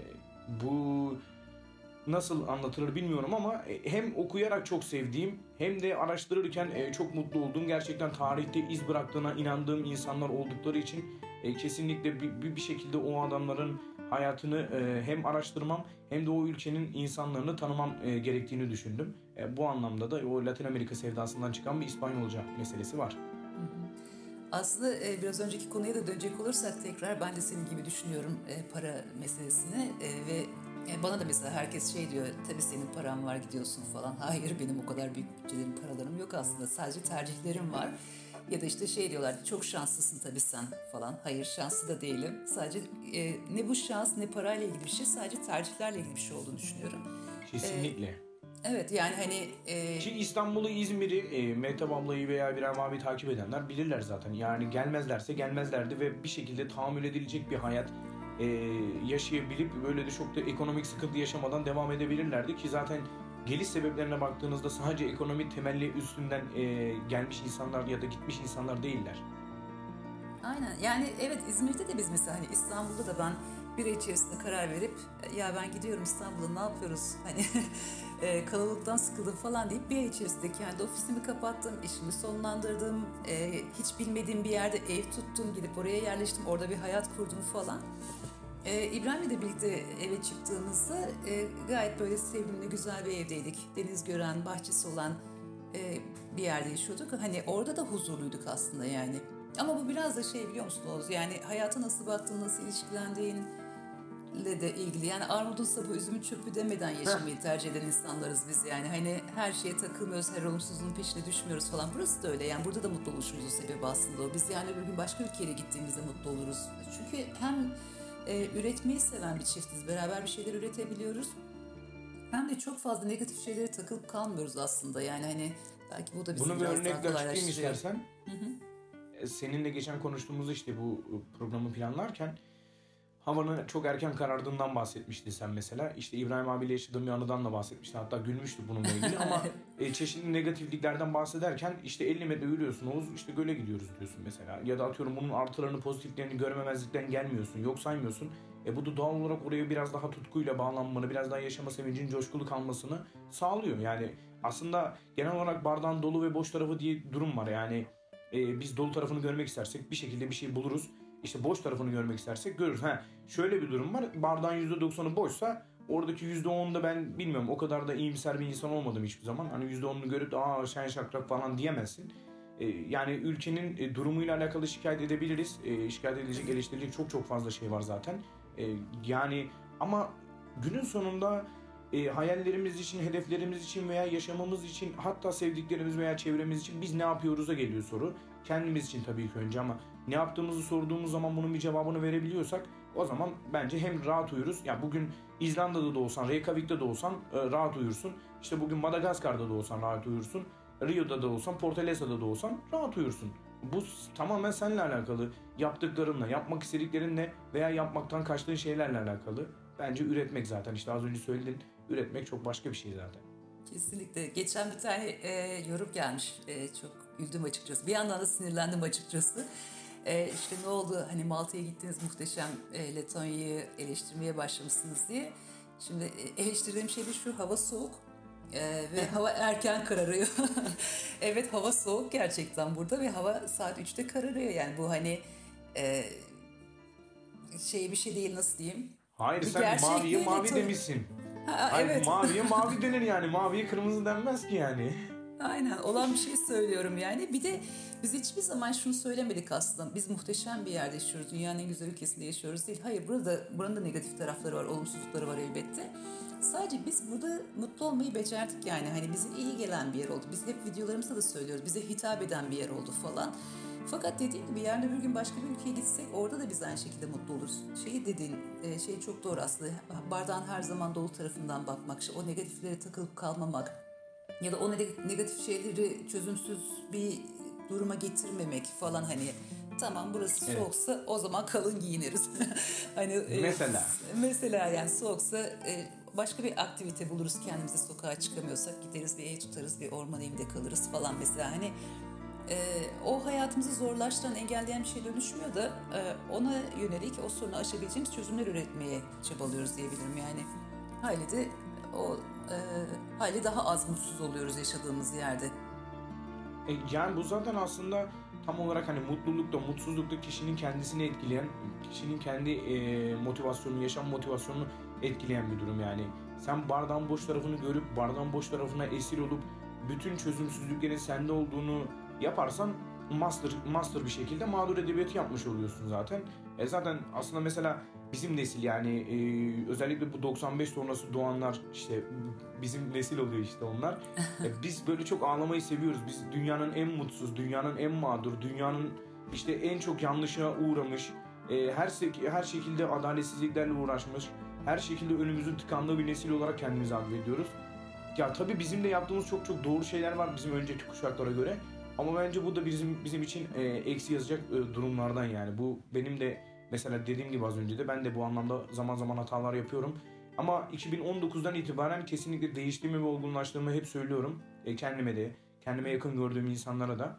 bu nasıl anlatılır bilmiyorum ama hem okuyarak çok sevdiğim hem de araştırırken çok mutlu olduğum, gerçekten tarihte iz bıraktığına inandığım insanlar oldukları için kesinlikle bir, bir şekilde o adamların hayatını hem araştırmam hem de o ülkenin insanlarını tanımam gerektiğini düşündüm. Bu anlamda da o Latin Amerika sevdasından çıkan bir İspanyolca meselesi var. Aslında biraz önceki konuya da dönecek olursak tekrar ben de senin gibi düşünüyorum para meselesini ve bana da mesela herkes şey diyor, tabii senin paran var gidiyorsun falan. Hayır, benim o kadar büyük bütçelerim, paralarım yok aslında. Sadece tercihlerim var. Ya da işte şey diyorlar, çok şanslısın tabii sen falan. Hayır, şanslı da değilim. Sadece e, ne bu şans ne parayla ilgili bir şey, sadece tercihlerle ilgili bir şey olduğunu düşünüyorum. Kesinlikle. E, evet yani hani... E... Ki İstanbul'u, İzmir'i, e, Mehtap ablayı veya İrem abi takip edenler bilirler zaten. Yani gelmezlerse gelmezlerdi ve bir şekilde tahammül edilecek bir hayat Ee, yaşayabilip böyle de çok da ekonomik sıkıntı yaşamadan devam edebilirlerdi ki zaten geliş sebeplerine baktığınızda sadece ekonomi temelli üstünden e, gelmiş insanlar ya da gitmiş insanlar değiller. Aynen yani evet, İzmir'de de biz mesela hani İstanbul'da da ben bir ay içerisinde karar verip ya ben gidiyorum İstanbul'a, ne yapıyoruz hani e, kalabalıktan sıkıldım falan deyip bir ay içerisinde kendi ofisimi kapattım, işimi sonlandırdım, e, hiç bilmediğim bir yerde ev tuttum, gidip oraya yerleştim, orada bir hayat kurdum falan. Ee, İbrahim'le de birlikte eve çıktığımızda e, gayet böyle sevimli, güzel bir evdeydik. Deniz gören, bahçesi olan e, bir yerde yaşıyorduk. Hani orada da huzurluyduk aslında yani. Ama bu biraz da şey, biliyor musunuz? Yani hayata nasıl baktığın, nasıl ilişkilendiğinle de ilgili. Yani armudun sapı, üzümün çöpü demeden yaşamayı tercih eden insanlarız biz yani. Hani her şeye takılmıyoruz, her olumsuzluğun peşine düşmüyoruz falan. Burası da öyle yani, burada da mutlu oluşumuzun sebebi aslında o. Biz yani bir gün başka ülkeye gittiğimizde mutlu oluruz. Çünkü hem Ee, üretmeyi seven bir çiftiz. Beraber bir şeyler üretebiliyoruz. Hem de çok fazla negatif şeylere takılıp kalmıyoruz aslında. Yani hani belki bu da bizi Bunu bir biraz daha örnekle açıklayayım kolaylaştırıyor. istersen. Hı hı. Seninle geçen konuştuğumuz işte bu programı planlarken havanın çok erken karardığından bahsetmiştin sen mesela. İşte İbrahim abiyle yaşadığım bir anıdan da bahsetmiştin. Hatta gülmüştü bununla ilgili ama e, çeşitli negatifliklerden bahsederken işte elli metre yürüyorsun Oğuz, işte göle gidiyoruz diyorsun mesela. Ya da atıyorum bunun artılarını, pozitiflerini görmemezlikten gelmiyorsun, yok saymıyorsun. E bu da doğal olarak oraya biraz daha tutkuyla bağlanmanı, biraz daha yaşama sevincin coşkulu kalmasını sağlıyor. Yani aslında genel olarak bardağın dolu ve boş tarafı diye durum var. Yani e, biz dolu tarafını görmek istersek bir şekilde bir şey buluruz. İşte boş tarafını görmek istersek görürüz. Ha, şöyle bir durum var. Bardağın yüzde doksanı boşsa oradaki yüzde onunda ben bilmiyorum, o kadar da iyimser bir insan olmadım hiçbir zaman. Hani yüzde onunu görüp de aa şen şakrak falan diyemezsin. Ee, yani ülkenin e, durumuyla alakalı şikayet edebiliriz. Ee, şikayet edilecek, eleştirilecek çok çok fazla şey var zaten. Ee, yani ama günün sonunda e, hayallerimiz için, hedeflerimiz için veya yaşamamız için, hatta sevdiklerimiz veya çevremiz için biz ne yapıyoruz'a geliyor soru. Kendimiz için tabii ki önce, ama ne yaptığımızı sorduğumuz zaman bunun bir cevabını verebiliyorsak o zaman bence hem rahat uyuruz. Ya yani bugün İzlanda'da da olsan, Reykjavik'te de olsan e, rahat uyursun. İşte bugün Madagaskar'da da olsan rahat uyursun. Rio'da da olsan, Fortaleza'da da olsan rahat uyursun. Bu tamamen seninle alakalı. Yaptıklarınla, yapmak istediklerinle veya yapmaktan kaçtığın şeylerle alakalı. Bence üretmek zaten. İşte az önce söyledin. Üretmek çok başka bir şey zaten. Kesinlikle. Geçen bir tane e, yorum gelmiş. E, çok güldüm açıkçası. Bir yandan da sinirlendim açıkçası. E, işte ne oldu? Hani Malta'ya gittiniz, muhteşem e, Letonya'yı eleştirmeye başlamışsınız diye. Şimdi e, eleştirdiğim şey de şu: hava soğuk. Ee, ve hava erken kararıyor. Evet, hava soğuk gerçekten burada ve hava saat üçte kararıyor. Yani bu hani e, şey bir şey değil, nasıl diyeyim? Hayır, Bir sen maviye mavi to- demişsin. Ha, Hayır, evet. maviye mavi denir yani. Maviye kırmızı denmez ki yani. Aynen, olan bir şey söylüyorum yani. Bir de biz hiçbir zaman şunu söylemedik aslında. Biz muhteşem bir yerde yaşıyoruz. Dünyanın en güzel ülkesinde yaşıyoruz değil. Hayır, burada buranın da negatif tarafları var, olumsuzlukları var elbette. Sadece biz burada mutlu olmayı becerdik yani. Hani bize iyi gelen bir yer oldu. Biz hep videolarımızda da söylüyoruz. Bize hitap eden bir yer oldu falan. Fakat dediğim gibi yarın öbür gün başka bir ülkeye gitsek orada da biz aynı şekilde mutlu oluruz. Şeyi dediğin şey çok doğru aslında. Bardağın her zaman dolu tarafından bakmak, o negatiflere takılıp kalmamak ya da o negatif şeyleri çözümsüz bir duruma getirmemek falan, hani tamam burası Evet. soğuksa o zaman kalın giyiniriz. Hani e, Mesela. mesela yani soğuksa e, başka bir aktivite buluruz, kendimize sokağa çıkamıyorsak gideriz bir ev tutarız, bir orman evinde kalırız falan mesela. Hani e, o hayatımızı zorlaştıran, engelleyen bir şey dönüşmüyor da e, ona yönelik o sorunu aşabileceğimiz çözümler üretmeye çabalıyoruz diyebilirim yani. Hayli de o e, hayli daha az mutsuz oluyoruz yaşadığımız yerde. E, yani bu zaten aslında tam olarak hani mutlulukta, mutsuzlukta kişinin kendisini etkileyen, kişinin kendi e, motivasyonunu, yaşam motivasyonunu etkileyen bir durum yani. Sen bardağın boş tarafını görüp bardağın boş tarafına esir olup bütün çözümsüzlüklerin sende olduğunu yaparsan master master bir şekilde mağdur edebiyatı yapmış oluyorsun zaten. E zaten aslında mesela bizim nesil yani e, özellikle bu doksan beş sonrası doğanlar, işte bizim nesil oluyor işte onlar. E, biz böyle çok ağlamayı seviyoruz. Biz dünyanın en mutsuz, dünyanın en mağdur, dünyanın işte en çok yanlışa uğramış, e, her se- her şekilde adaletsizliklerle uğraşmış, her şekilde önümüzün tıkandığı bir nesil olarak kendimizi atfediyoruz. Ya tabii bizim de yaptığımız çok çok doğru şeyler var bizim önceki kuşaklara göre. Ama bence bu da bizim bizim için e, eksi yazacak e, durumlardan yani. Bu benim de mesela dediğim gibi az önce de ben de bu anlamda zaman zaman hatalar yapıyorum. Ama iki bin on dokuzdan itibaren kesinlikle değiştiğimi ve olgunlaştığımı hep söylüyorum. E, kendime de, kendime yakın gördüğüm insanlara da.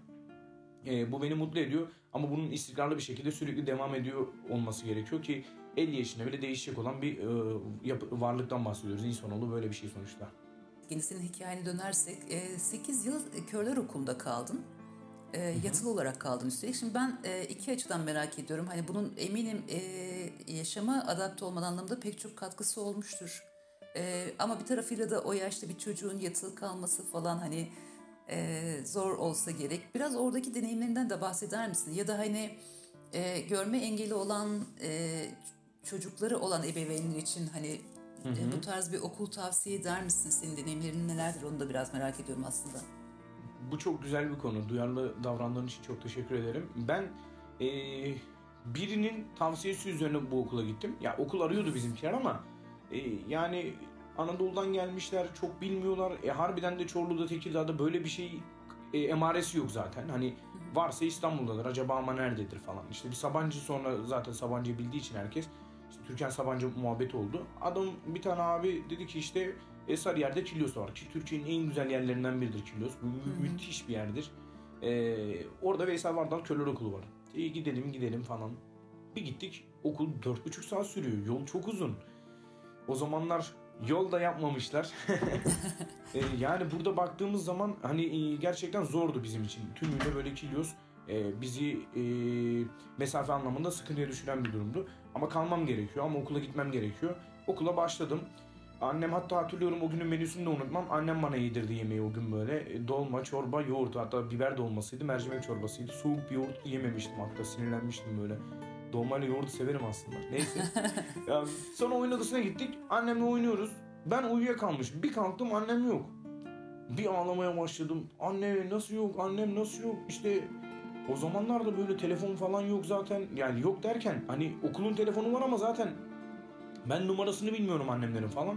E, bu beni mutlu ediyor. Ama bunun istikrarlı bir şekilde sürekli devam ediyor olması gerekiyor ki elli yaşında bile değişecek olan bir e, yapı, varlıktan bahsediyoruz. İnsanoğlu böyle bir şey sonuçta. Yine senin hikayene dönersek sekiz yıl körler okulunda kaldın. E, Hı hı. yatılı olarak kaldın üstelik. Şimdi ben e, iki açıdan merak ediyorum. Hani bunun eminim e, yaşama adapte olman anlamında pek çok katkısı olmuştur. E, ama bir tarafıyla da o yaşta bir çocuğun yatılı kalması falan hani e, zor olsa gerek. Biraz oradaki deneyimlerinden de bahseder misin? Ya da hani e, görme engeli olan e, çocukları olan ebeveynler için hani Hı e, bu hı. tarz bir okul tavsiye eder misin? Senin deneyimlerin nelerdir? Onu da biraz merak ediyorum aslında. Bu çok güzel bir konu. Duyarlı davrandığın için çok teşekkür ederim. Ben eee, birinin tavsiyesi üzerine bu okula gittim. Ya okul arıyordu bizimkiler ama e, yani Anadolu'dan gelmişler, çok bilmiyorlar. E, harbiden de Çorlu'da, Tekirdağ'da böyle bir şey e, emaresi yok zaten. Hani varsa İstanbul'dadır. Acaba ama nerededir falan. İşte bir Sabancı, sonra zaten Sabancı'yı bildiği için herkes işte Türkan Sabancı muhabbeti oldu. Adam, bir tane abi dedi ki işte e, Sarıyer'de Kilyos var ki Türkiye'nin en güzel yerlerinden biridir Kilyos. Bu mü- müthiş bir yerdir. E, orada Veysel Vardal Körler Okulu var. E, gidelim gidelim falan. Bir gittik, okul dört buçuk saat sürüyor. Yol çok uzun. O zamanlar yol da yapmamışlar. E, yani burada baktığımız zaman hani e, gerçekten zordu bizim için. Tümüyle böyle Kilyos e, bizi e, mesafe anlamında sıkıntıya düşüren bir durumdu. Ama kalmam gerekiyor, ama okula gitmem gerekiyor. Okula başladım. Annem, hatta hatırlıyorum o günün menüsünü de unutmam. Annem bana yedirdi yemeği o gün böyle. E, Dolma, çorba, yoğurt, hatta biber dolmasıydı, mercimek çorbasıydı. Soğuk bir yoğurt yememiştim, hatta sinirlenmiştim böyle. Dolmayla yoğurdu severim aslında. Neyse. Ya, sonra oyun odasına gittik. Annemle oynuyoruz. Ben uyuyakalmışım. Bir kalktım, annem yok. Bir ağlamaya başladım. Anne nasıl yok? Annem nasıl yok? İşte o zamanlarda böyle telefon falan yok zaten. Yani yok derken hani okulun telefonu var ama zaten ben numarasını bilmiyorum annemlerin falan.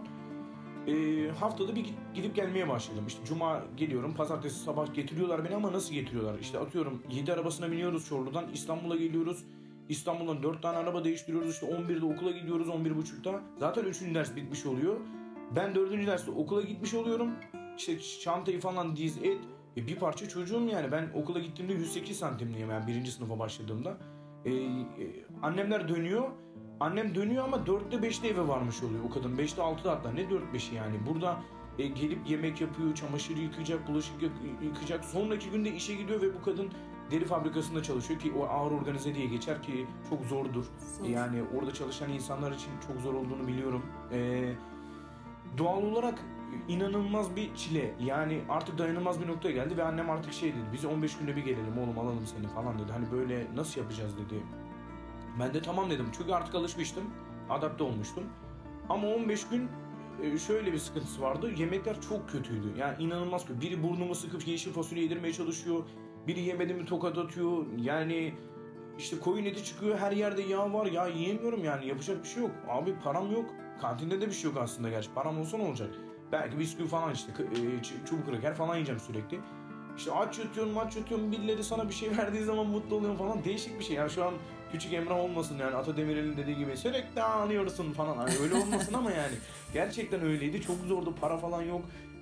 Ee, haftada bir gidip gelmeye başladım. İşte cuma geliyorum, pazartesi sabah getiriyorlar beni, ama nasıl getiriyorlar? İşte atıyorum yedi arabasına biniyoruz Çorlu'dan, İstanbul'a geliyoruz. İstanbul'dan dört tane araba değiştiriyoruz, işte on birde okula gidiyoruz, on bir buçukta. Zaten üçüncü ders bitmiş oluyor. Ben dördüncü derste okula gitmiş oluyorum. İşte çantayı falan diz et. E bir parça çocuğum yani. Ben okula gittiğimde yüz sekiz santimliyim yani birinci sınıfa başladığımda. E, e, annemler dönüyor. Annem dönüyor ama dörtte beşte eve varmış oluyor o kadın. beşte altıda hatta, ne dört beşi yani. Burada e, gelip yemek yapıyor, çamaşır yıkayacak, bulaşık yıkayacak. Sonraki günde işe gidiyor ve bu kadın deri fabrikasında çalışıyor ki o ağır organize diye geçer ki çok zordur. Zor. Yani orada çalışan insanlar için çok zor olduğunu biliyorum. Ee, doğal olarak inanılmaz bir çile. Yani artık dayanılmaz bir noktaya geldi ve annem artık şey dedi. Biz on beş günde bir gelelim oğlum, alalım seni falan dedi. Hani böyle nasıl yapacağız dedi. Ben de tamam dedim. Çünkü artık alışmıştım. Adapte olmuştum. Ama on beş gün şöyle bir sıkıntısı vardı. Yemekler çok kötüydü. Yani inanılmaz kötü. Biri burnumu sıkıp yeşil fasulye yedirmeye çalışıyor. Biri yemedi mi tokat atıyor. Yani işte koyun eti çıkıyor. Her yerde yağ var. Ya yiyemiyorum yani. Yapacak bir şey yok. Abi param yok. Kantinde de bir şey yok aslında gerçi. Param olsa ne olacak? Belki bisküvi falan işte. Çubuk kraker falan yiyeceğim sürekli. İşte aç yutuyorsun, aç yutuyorsun, birileri sana bir şey verdiği zaman mutlu oluyorsun falan. Değişik bir şey. Yani şu an küçük Emrah olmasın yani, Ata Demirer'in dediği gibi sürekli ağlıyorsun falan. Hani öyle olmasın ama yani gerçekten öyleydi. Çok zordu, para falan yok.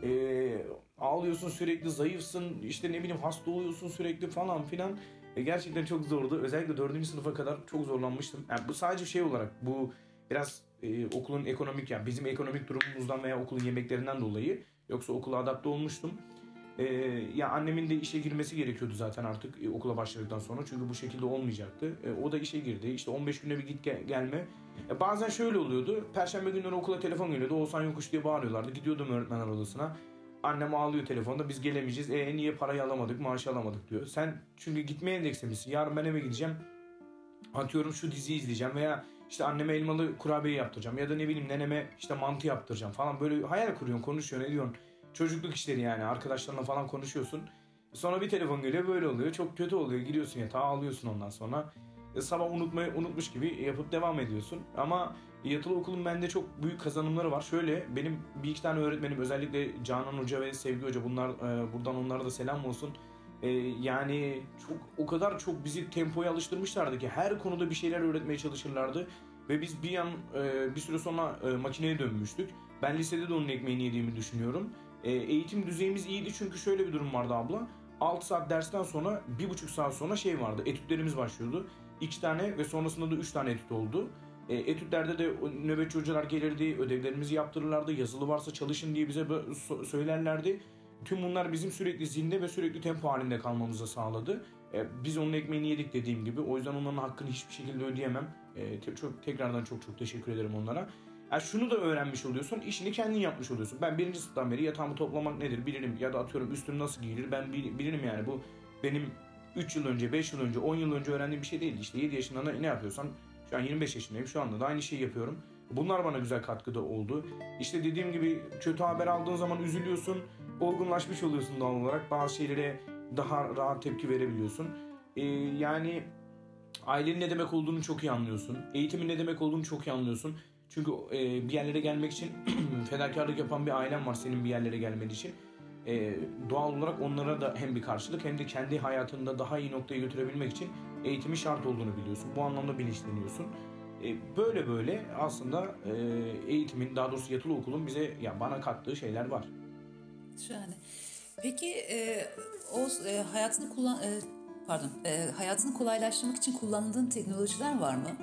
Ee, ağlıyorsun sürekli, zayıfsın, işte ne bileyim hasta oluyorsun sürekli falan filan. E, gerçekten çok zordu. Özellikle dördüncü sınıfa kadar çok zorlanmıştım. Yani bu sadece şey olarak, bu biraz e, okulun ekonomik, yani bizim ekonomik durumumuzdan veya okulun yemeklerinden dolayı. Yoksa okula adapte olmuştum. Ee, ya annemin de işe girmesi gerekiyordu zaten artık e, okula başladıktan sonra. Çünkü bu şekilde olmayacaktı. E, o da işe girdi. İşte on beş güne bir git gel- gelme. E, bazen şöyle oluyordu. Perşembe günleri okula telefon geliyordu. Oğuzhan yokuş diye bağırıyorlardı. Gidiyordum öğretmenler odasına. Annem ağlıyor telefonda. Biz gelemeyeceğiz. E niye parayı alamadık, maaşı alamadık diyor. Sen çünkü gitmeye endekslemişsin. Yarın ben eve gideceğim. Atıyorum şu diziyi izleyeceğim veya işte anneme elmalı kurabiye yaptıracağım ya da ne bileyim neneme işte mantı yaptıracağım falan, böyle hayal kuruyorsun, konuşuyorsun, ne diyorsun. Çocukluk işleri yani, arkadaşlarına falan konuşuyorsun. Sonra bir telefon geliyor, böyle oluyor. Çok kötü oluyor. Gidiyorsun yatağa, ağlıyorsun ondan sonra. E, sabah unutmayı unutmuş gibi yapıp devam ediyorsun. Ama yatılı okulun bende çok büyük kazanımları var. Şöyle, benim bir iki tane öğretmenim, özellikle Canan Hoca ve Sevgi Hoca, bunlar e, buradan onlara da selam olsun. E, yani çok, o kadar çok bizi tempoya alıştırmışlardı ki her konuda bir şeyler öğretmeye çalışırlardı. Ve biz bir an e, bir süre sonra e, makineye dönmüştük. Ben lisede de onun ekmeğini yediğimi düşünüyorum. E, eğitim düzeyimiz iyiydi çünkü şöyle bir durum vardı abla. altı saat dersten sonra bir buçuk saat sonra şey vardı, etütlerimiz başlıyordu. iki tane ve sonrasında da üç tane etüt oldu. E, etütlerde de nöbetçi hocalar gelirdi, ödevlerimizi yaptırırlardı. Yazılı varsa çalışın diye bize so- söylerlerdi. Tüm bunlar bizim sürekli zinde ve sürekli tempo halinde kalmamızı sağladı. E, biz onun ekmeğini yedik dediğim gibi. O yüzden onların hakkını hiçbir şekilde ödeyemem. E, te- çok tekrardan çok çok teşekkür ederim onlara. Yani şunu da öğrenmiş oluyorsun, işini kendin yapmış oluyorsun. Ben birinci sınıftan beri yatağımı toplamak nedir bilirim, ya da atıyorum üstüm nasıl giyilir ben bilirim yani. Bu benim üç yıl önce, beş yıl önce, on yıl önce öğrendiğim bir şey değildi. İşte yedi yaşında ne yapıyorsam şu an yirmi beş yaşındayım, şu anda da aynı şeyi yapıyorum. Bunlar bana güzel katkıda oldu. İşte dediğim gibi kötü haber aldığın zaman üzülüyorsun, olgunlaşmış oluyorsun doğal olarak. Bazı şeylere daha rahat tepki verebiliyorsun. Ee, yani ailenin ne demek olduğunu çok iyi anlıyorsun. Eğitimin ne demek olduğunu çok iyi anlıyorsun. Çünkü e, bir yerlere gelmek için fedakarlık yapan bir ailen var senin bir yerlere gelmen için. E, doğal olarak onlara da hem bir karşılık hem de kendi hayatında daha iyi noktaya götürebilmek için eğitimin şart olduğunu biliyorsun. Bu anlamda bilinçleniyorsun. E, böyle böyle aslında e, eğitimin, daha doğrusu yatılı okulun bize, ya bana kattığı şeyler var. Şahane. Peki e, o e, hayatını kullan e, pardon e, hayatını kolaylaştırmak için kullandığın teknolojiler var mı?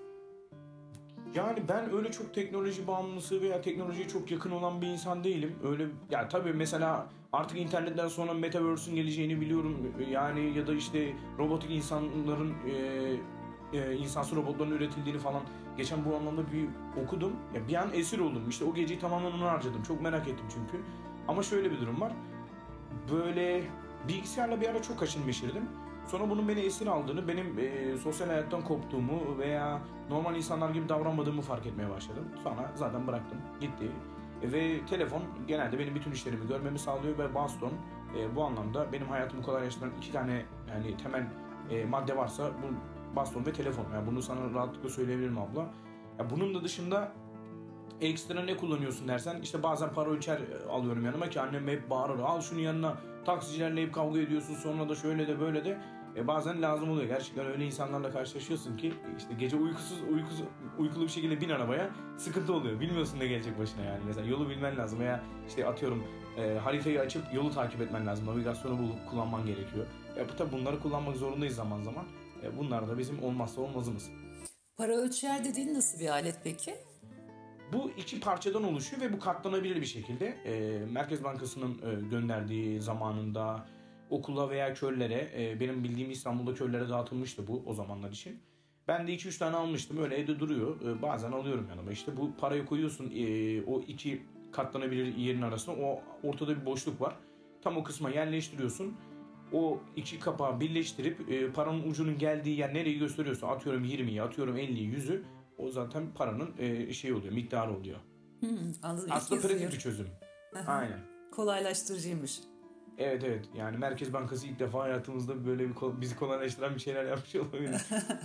Yani ben öyle çok teknoloji bağımlısı veya teknolojiye çok yakın olan bir insan değilim. Öyle ya, tabii mesela artık internetten sonra metaverse'ün geleceğini biliyorum. Yani ya da işte robotik insanların e, e, insansı robotların üretildiğini falan geçen bu anlamda bir okudum. Ya bir an esir oldum. İşte o geceyi tamamen ona harcadım. Çok merak ettim çünkü. Ama şöyle bir durum var. Böyle bilgisayarla bir ara çok haşır neşirdim. Sonra bunun beni esir aldığını, benim e, sosyal hayattan koptuğumu veya normal insanlar gibi davranmadığımı fark etmeye başladım. Sonra zaten bıraktım, gitti. E, ve telefon genelde benim bütün işlerimi görmemi sağlıyor ve baston e, bu anlamda benim hayatımı kolaylaştıran iki tane yani temel e, madde varsa bu baston ve telefon. Yani bunu sana rahatlıkla söyleyebilirim abla. Ya bunun da dışında ekstra ne kullanıyorsun dersen, işte bazen para ölçer alıyorum yanıma ki annem hep bağırır. Al şunu yanına, taksicilerle hep kavga ediyorsun, sonra da şöyle de böyle de. E bazen lazım oluyor. Gerçekten öyle insanlarla karşılaşıyorsun ki işte gece uykusuz, uykusuz uykulu bir şekilde bin arabaya, sıkıntı oluyor. Bilmiyorsun ne gelecek başına yani. Mesela yolu bilmen lazım veya işte atıyorum e, haritayı açıp yolu takip etmen lazım. Navigasyonu bulup kullanman gerekiyor. E bu tabi bunları kullanmak zorundayız zaman zaman. E, bunlar da bizim olmazsa olmazımız. Para ölçer dediğin nasıl bir alet peki? Bu iki parçadan oluşuyor ve bu katlanabilir bir şekilde e, Merkez Bankası'nın e, gönderdiği zamanında okula veya köylere, e, benim bildiğim İstanbul'da köylere dağıtılmıştı bu o zamanlar için. Ben de iki üç tane almıştım, öyle evde duruyor. E, bazen alıyorum yanıma. İşte bu parayı koyuyorsun e, o iki katlanabilir yerin arasına, o ortada bir boşluk var. Tam o kısma yerleştiriyorsun. O iki kapağı birleştirip e, paranın ucunun geldiği yer nereyi gösteriyorsa, atıyorum yirmiyi, atıyorum elliyi, yüzü, o zaten paranın e, şey oluyor, miktarı oluyor. Hmm, anladım. İlk Aslında kez pratik duyuyorum. bir çözüm. Aynen. Kolaylaştırıcıymış. Evet evet, yani Merkez Bankası ilk defa hayatımızda böyle bir kol- bizi kolaylaştıran bir şeyler yapmış olabilir.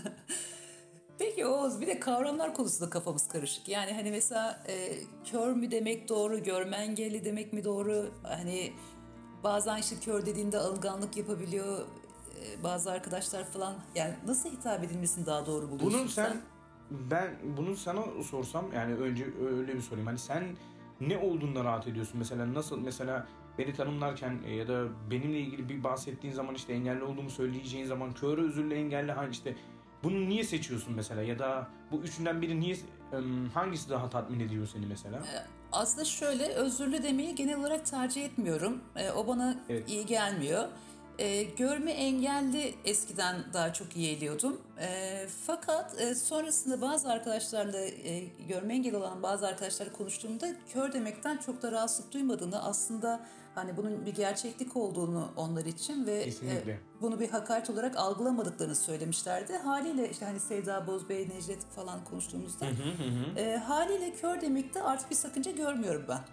Peki Oğuz, bir de kavramlar konusunda kafamız karışık. Yani hani mesela e, kör mü demek doğru, görme engelli demek mi doğru? Hani bazen işte kör dediğinde alınganlık yapabiliyor e, bazı arkadaşlar falan. Yani nasıl hitap edilmesini daha doğru buluyorsun Bunun sen, sen? ben bunu sana sorsam, yani önce öyle bir sorayım. Hani sen ne olduğunda rahat ediyorsun? Mesela nasıl, mesela beni tanımlarken e, ya da benimle ilgili bir bahsettiğin zaman, işte engelli olduğumu söyleyeceğin zaman, kör, özürlü, engelli, hani işte bunu niye seçiyorsun mesela? Ya da bu üçünden biri niye, em, hangisi daha tatmin ediyor seni mesela? Aslında şöyle, özürlü demeyi genel olarak tercih etmiyorum. E, o bana Evet. iyi gelmiyor. E, görme engelli eskiden daha çok iyi eliyordum. E, fakat e, sonrasında bazı arkadaşlarla, e, görme engeli olan bazı arkadaşlarla konuştuğumda kör demekten çok da rahatsızlık duymadığını, aslında hani bunun bir gerçeklik olduğunu onlar için ve e, Kesinlikle. bunu bir hakaret olarak algılamadıklarını söylemişlerdi. Haliyle işte hani Sevda Bozbey, Necdet falan konuştuğumuzda Hı hı hı. hı. e, haliyle kör demekte artık bir sakınca görmüyorum ben.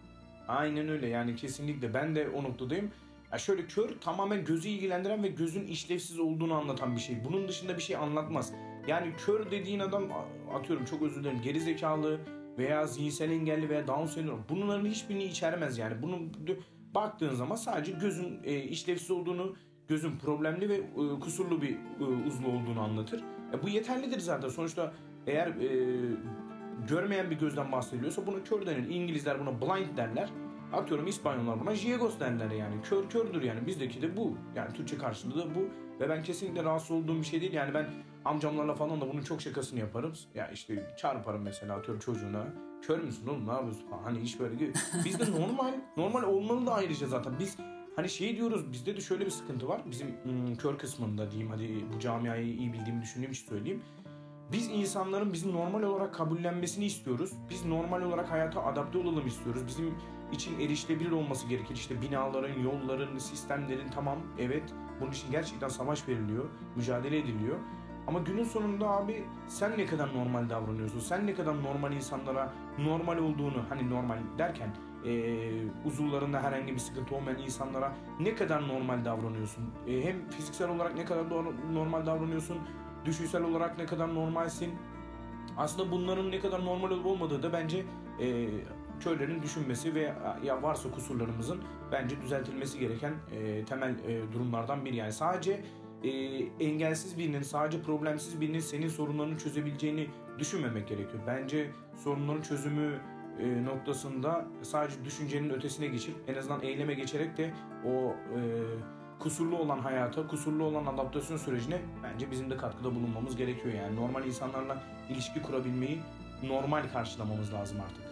Aynen öyle, yani kesinlikle ben de o noktadayım. Ya şöyle, kör tamamen gözü ilgilendiren ve gözün işlevsiz olduğunu anlatan bir şey. Bunun dışında bir şey anlatmaz. Yani kör dediğin adam, atıyorum, çok özür dilerim, geri zekalı veya zihinsel engelli veya Down sendromu, bunların hiçbirini içermez yani. Bunu baktığın zaman sadece gözün e, işlevsiz olduğunu, gözün problemli ve e, kusurlu bir e, uzvu olduğunu anlatır. E, bu yeterlidir zaten. Sonuçta eğer e, görmeyen bir gözden bahsediliyorsa buna kör denir. İngilizler buna blind derler. Atıyorum İspanyollar buna ciegos derler yani. Kör kördür yani. Bizdeki de bu. Yani Türkçe karşılığı da bu. Ve ben kesinlikle rahatsız olduğum bir şey değil. Yani ben amcamlarla falan da bunun çok şakasını yaparım. Ya işte çarparım mesela, atıyorum çocuğuna. Kör müsün oğlum, ne yapıyorsun falan. Hani iş böyle. Bizde normal. Normal olmalı da ayrıca zaten. Biz hani şey diyoruz, bizde de şöyle bir sıkıntı var. Bizim ım, kör kısmında diyeyim, hadi bu camiayı iyi bildiğimi düşündüğüm için söyleyeyim. Biz insanların bizi normal olarak kabullenmesini istiyoruz. Biz normal olarak hayata adapte olalım istiyoruz. Bizim için erişilebilir olması gerekir. İşte binaların, yolların, sistemlerin, tamam, evet, bunun için gerçekten savaş veriliyor, mücadele ediliyor. Ama günün sonunda abi, sen ne kadar normal davranıyorsun? Sen ne kadar normal insanlara normal olduğunu, hani normal derken e, uzuvlarında herhangi bir sıkıntı olmayan insanlara ne kadar normal davranıyorsun? E, hem fiziksel olarak ne kadar doğru, normal davranıyorsun? Düşünsel olarak ne kadar normalsin. Aslında bunların ne kadar normal olup olmadığı da bence e, körlerin düşünmesi ve ya varsa kusurlarımızın bence düzeltilmesi gereken e, temel e, durumlardan biri. Yani sadece e, engelsiz birinin, sadece problemsiz birinin senin sorunlarını çözebileceğini düşünmemek gerekiyor. Bence sorunların çözümü e, noktasında sadece düşüncenin ötesine geçip en azından eyleme geçerek de o e, kusurlu olan hayata, kusurlu olan adaptasyon sürecine bence bizim de katkıda bulunmamız gerekiyor. Yani normal insanlarla ilişki kurabilmeyi normal karşılamamız lazım artık.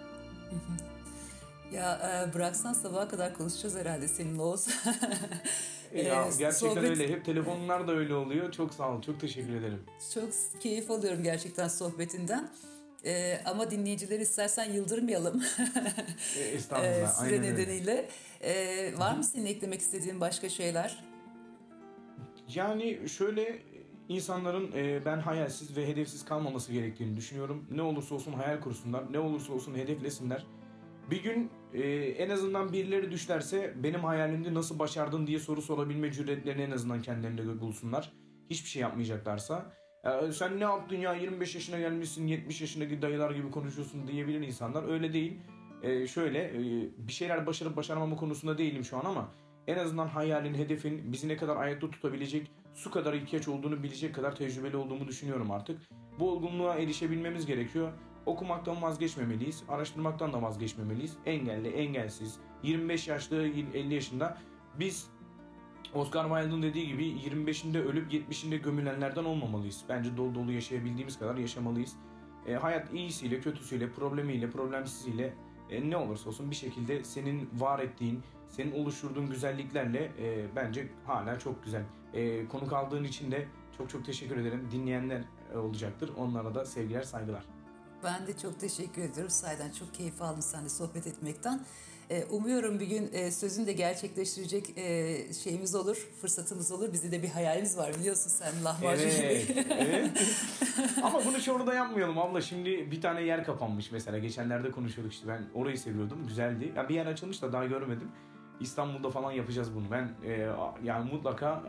Ya e, bıraksan sabaha kadar konuşacağız herhalde seninle Oğuz. E, E, ya, gerçekten sohbet öyle. Hep telefonlar da öyle oluyor. Çok sağ ol. Çok teşekkür ederim. çok keyif alıyorum gerçekten sohbetinden. E, ama dinleyicileri istersen yıldırmayalım E, e, estağfurullah. süre Aynen öyle. nedeniyle. E, var mı senin eklemek istediğin başka şeyler? Yani şöyle, insanların e, ben hayalsiz ve hedefsiz kalmaması gerektiğini düşünüyorum. Ne olursa olsun hayal kursunlar. Ne olursa olsun hedeflesinler. Bir gün e, en azından birileri düşlerse benim hayalimde nasıl başardın diye soru sorabilme cüretlerini en azından kendilerinde bulsunlar. Hiçbir şey yapmayacaklarsa. "Ya sen ne yaptın ya, yirmi beş yaşına gelmişsin, yetmiş yaşındaki dayılar gibi konuşuyorsun" diyebilir insanlar. Öyle değil. E, şöyle e, bir şeyler başarıp başaramama konusunda değilim şu an ama en azından hayalin, hedefin bizi ne kadar ayakta tutabilecek, su kadar ihtiyaç olduğunu bilecek kadar tecrübeli olduğumu düşünüyorum artık. Bu olgunluğa erişebilmemiz gerekiyor. Okumaktan vazgeçmemeliyiz, araştırmaktan da vazgeçmemeliyiz. Engelli, engelsiz, yirmi beş yaşlı, elli yaşında biz, Oscar Wilde'ın dediği gibi, yirmi beşinde ölüp yetmişinde gömülenlerden olmamalıyız. Bence dolu dolu yaşayabildiğimiz kadar yaşamalıyız. E, hayat iyisiyle, kötüsüyle, problemiyle, problemsiziyle, e, ne olursa olsun bir şekilde senin var ettiğin, senin oluşturduğun güzelliklerle e, bence hala çok güzel. E, konuk aldığın için de çok çok teşekkür ederim. Dinleyenler e, olacaktır. Onlara da sevgiler, saygılar. Ben de çok teşekkür ediyorum. Sayeden çok keyif aldım seninle sohbet etmekten. Ee, umuyorum bir gün e, sözünü de gerçekleştirecek e, şeyimiz olur, fırsatımız olur. Bizde de bir hayalimiz var, biliyorsun sen, lahmacun Evet, gibi. evet. Ama bunu şurada yapmayalım abla. Şimdi bir tane yer kapanmış mesela. Geçenlerde konuşuyorduk işte. Ben orayı seviyordum. Güzeldi. Ya bir yer açılmış da daha görmedim. İstanbul'da falan yapacağız bunu. Ben e, yani mutlaka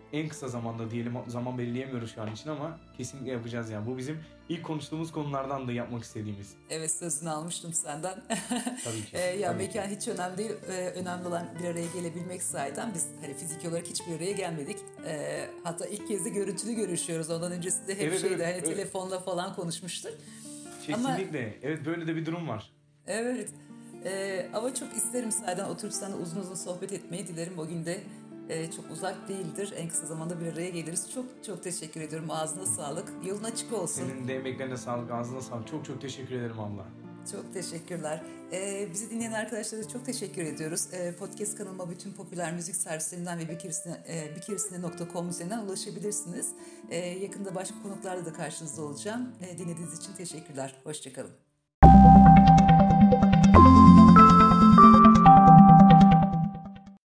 en kısa zamanda diyelim, zaman belirleyemiyoruz şu an için ama kesinlikle yapacağız yani. Bu bizim ilk konuştuğumuz konulardan da yapmak istediğimiz. Evet, sözünü almıştım senden. Tabii ki. e, ya tabii mekan ki. hiç önemli değil. E, önemli olan bir araya gelebilmek zaten. Biz hani fiziki olarak hiçbir araya gelmedik. E, hatta ilk kez de görüntülü görüşüyoruz. Ondan öncesinde hep Evet, şeyde evet, hani evet. telefonla falan konuşmuştuk. Kesinlikle. Ama, evet, böyle de bir durum var. Evet. E, ama çok isterim zaten oturup seninle uzun uzun sohbet etmeyi. Dilerim o gün de e, çok uzak değildir. En kısa zamanda bir araya geliriz. Çok çok teşekkür ediyorum. Ağzına sağlık. Yolun açık olsun. Senin de emeklerine sağlık, ağzına sağlık. Çok çok teşekkür ederim abla. Çok teşekkürler. Ee, bizi dinleyen arkadaşlara da çok teşekkür ediyoruz. Ee, podcast kanalıma bütün popüler müzik servislerinden ve bikirisine, e, bikirisine nokta com üzerinden ulaşabilirsiniz. Ee, yakında başka konuklarla da karşınızda olacağım. Ee, dinlediğiniz için teşekkürler. Hoşçakalın.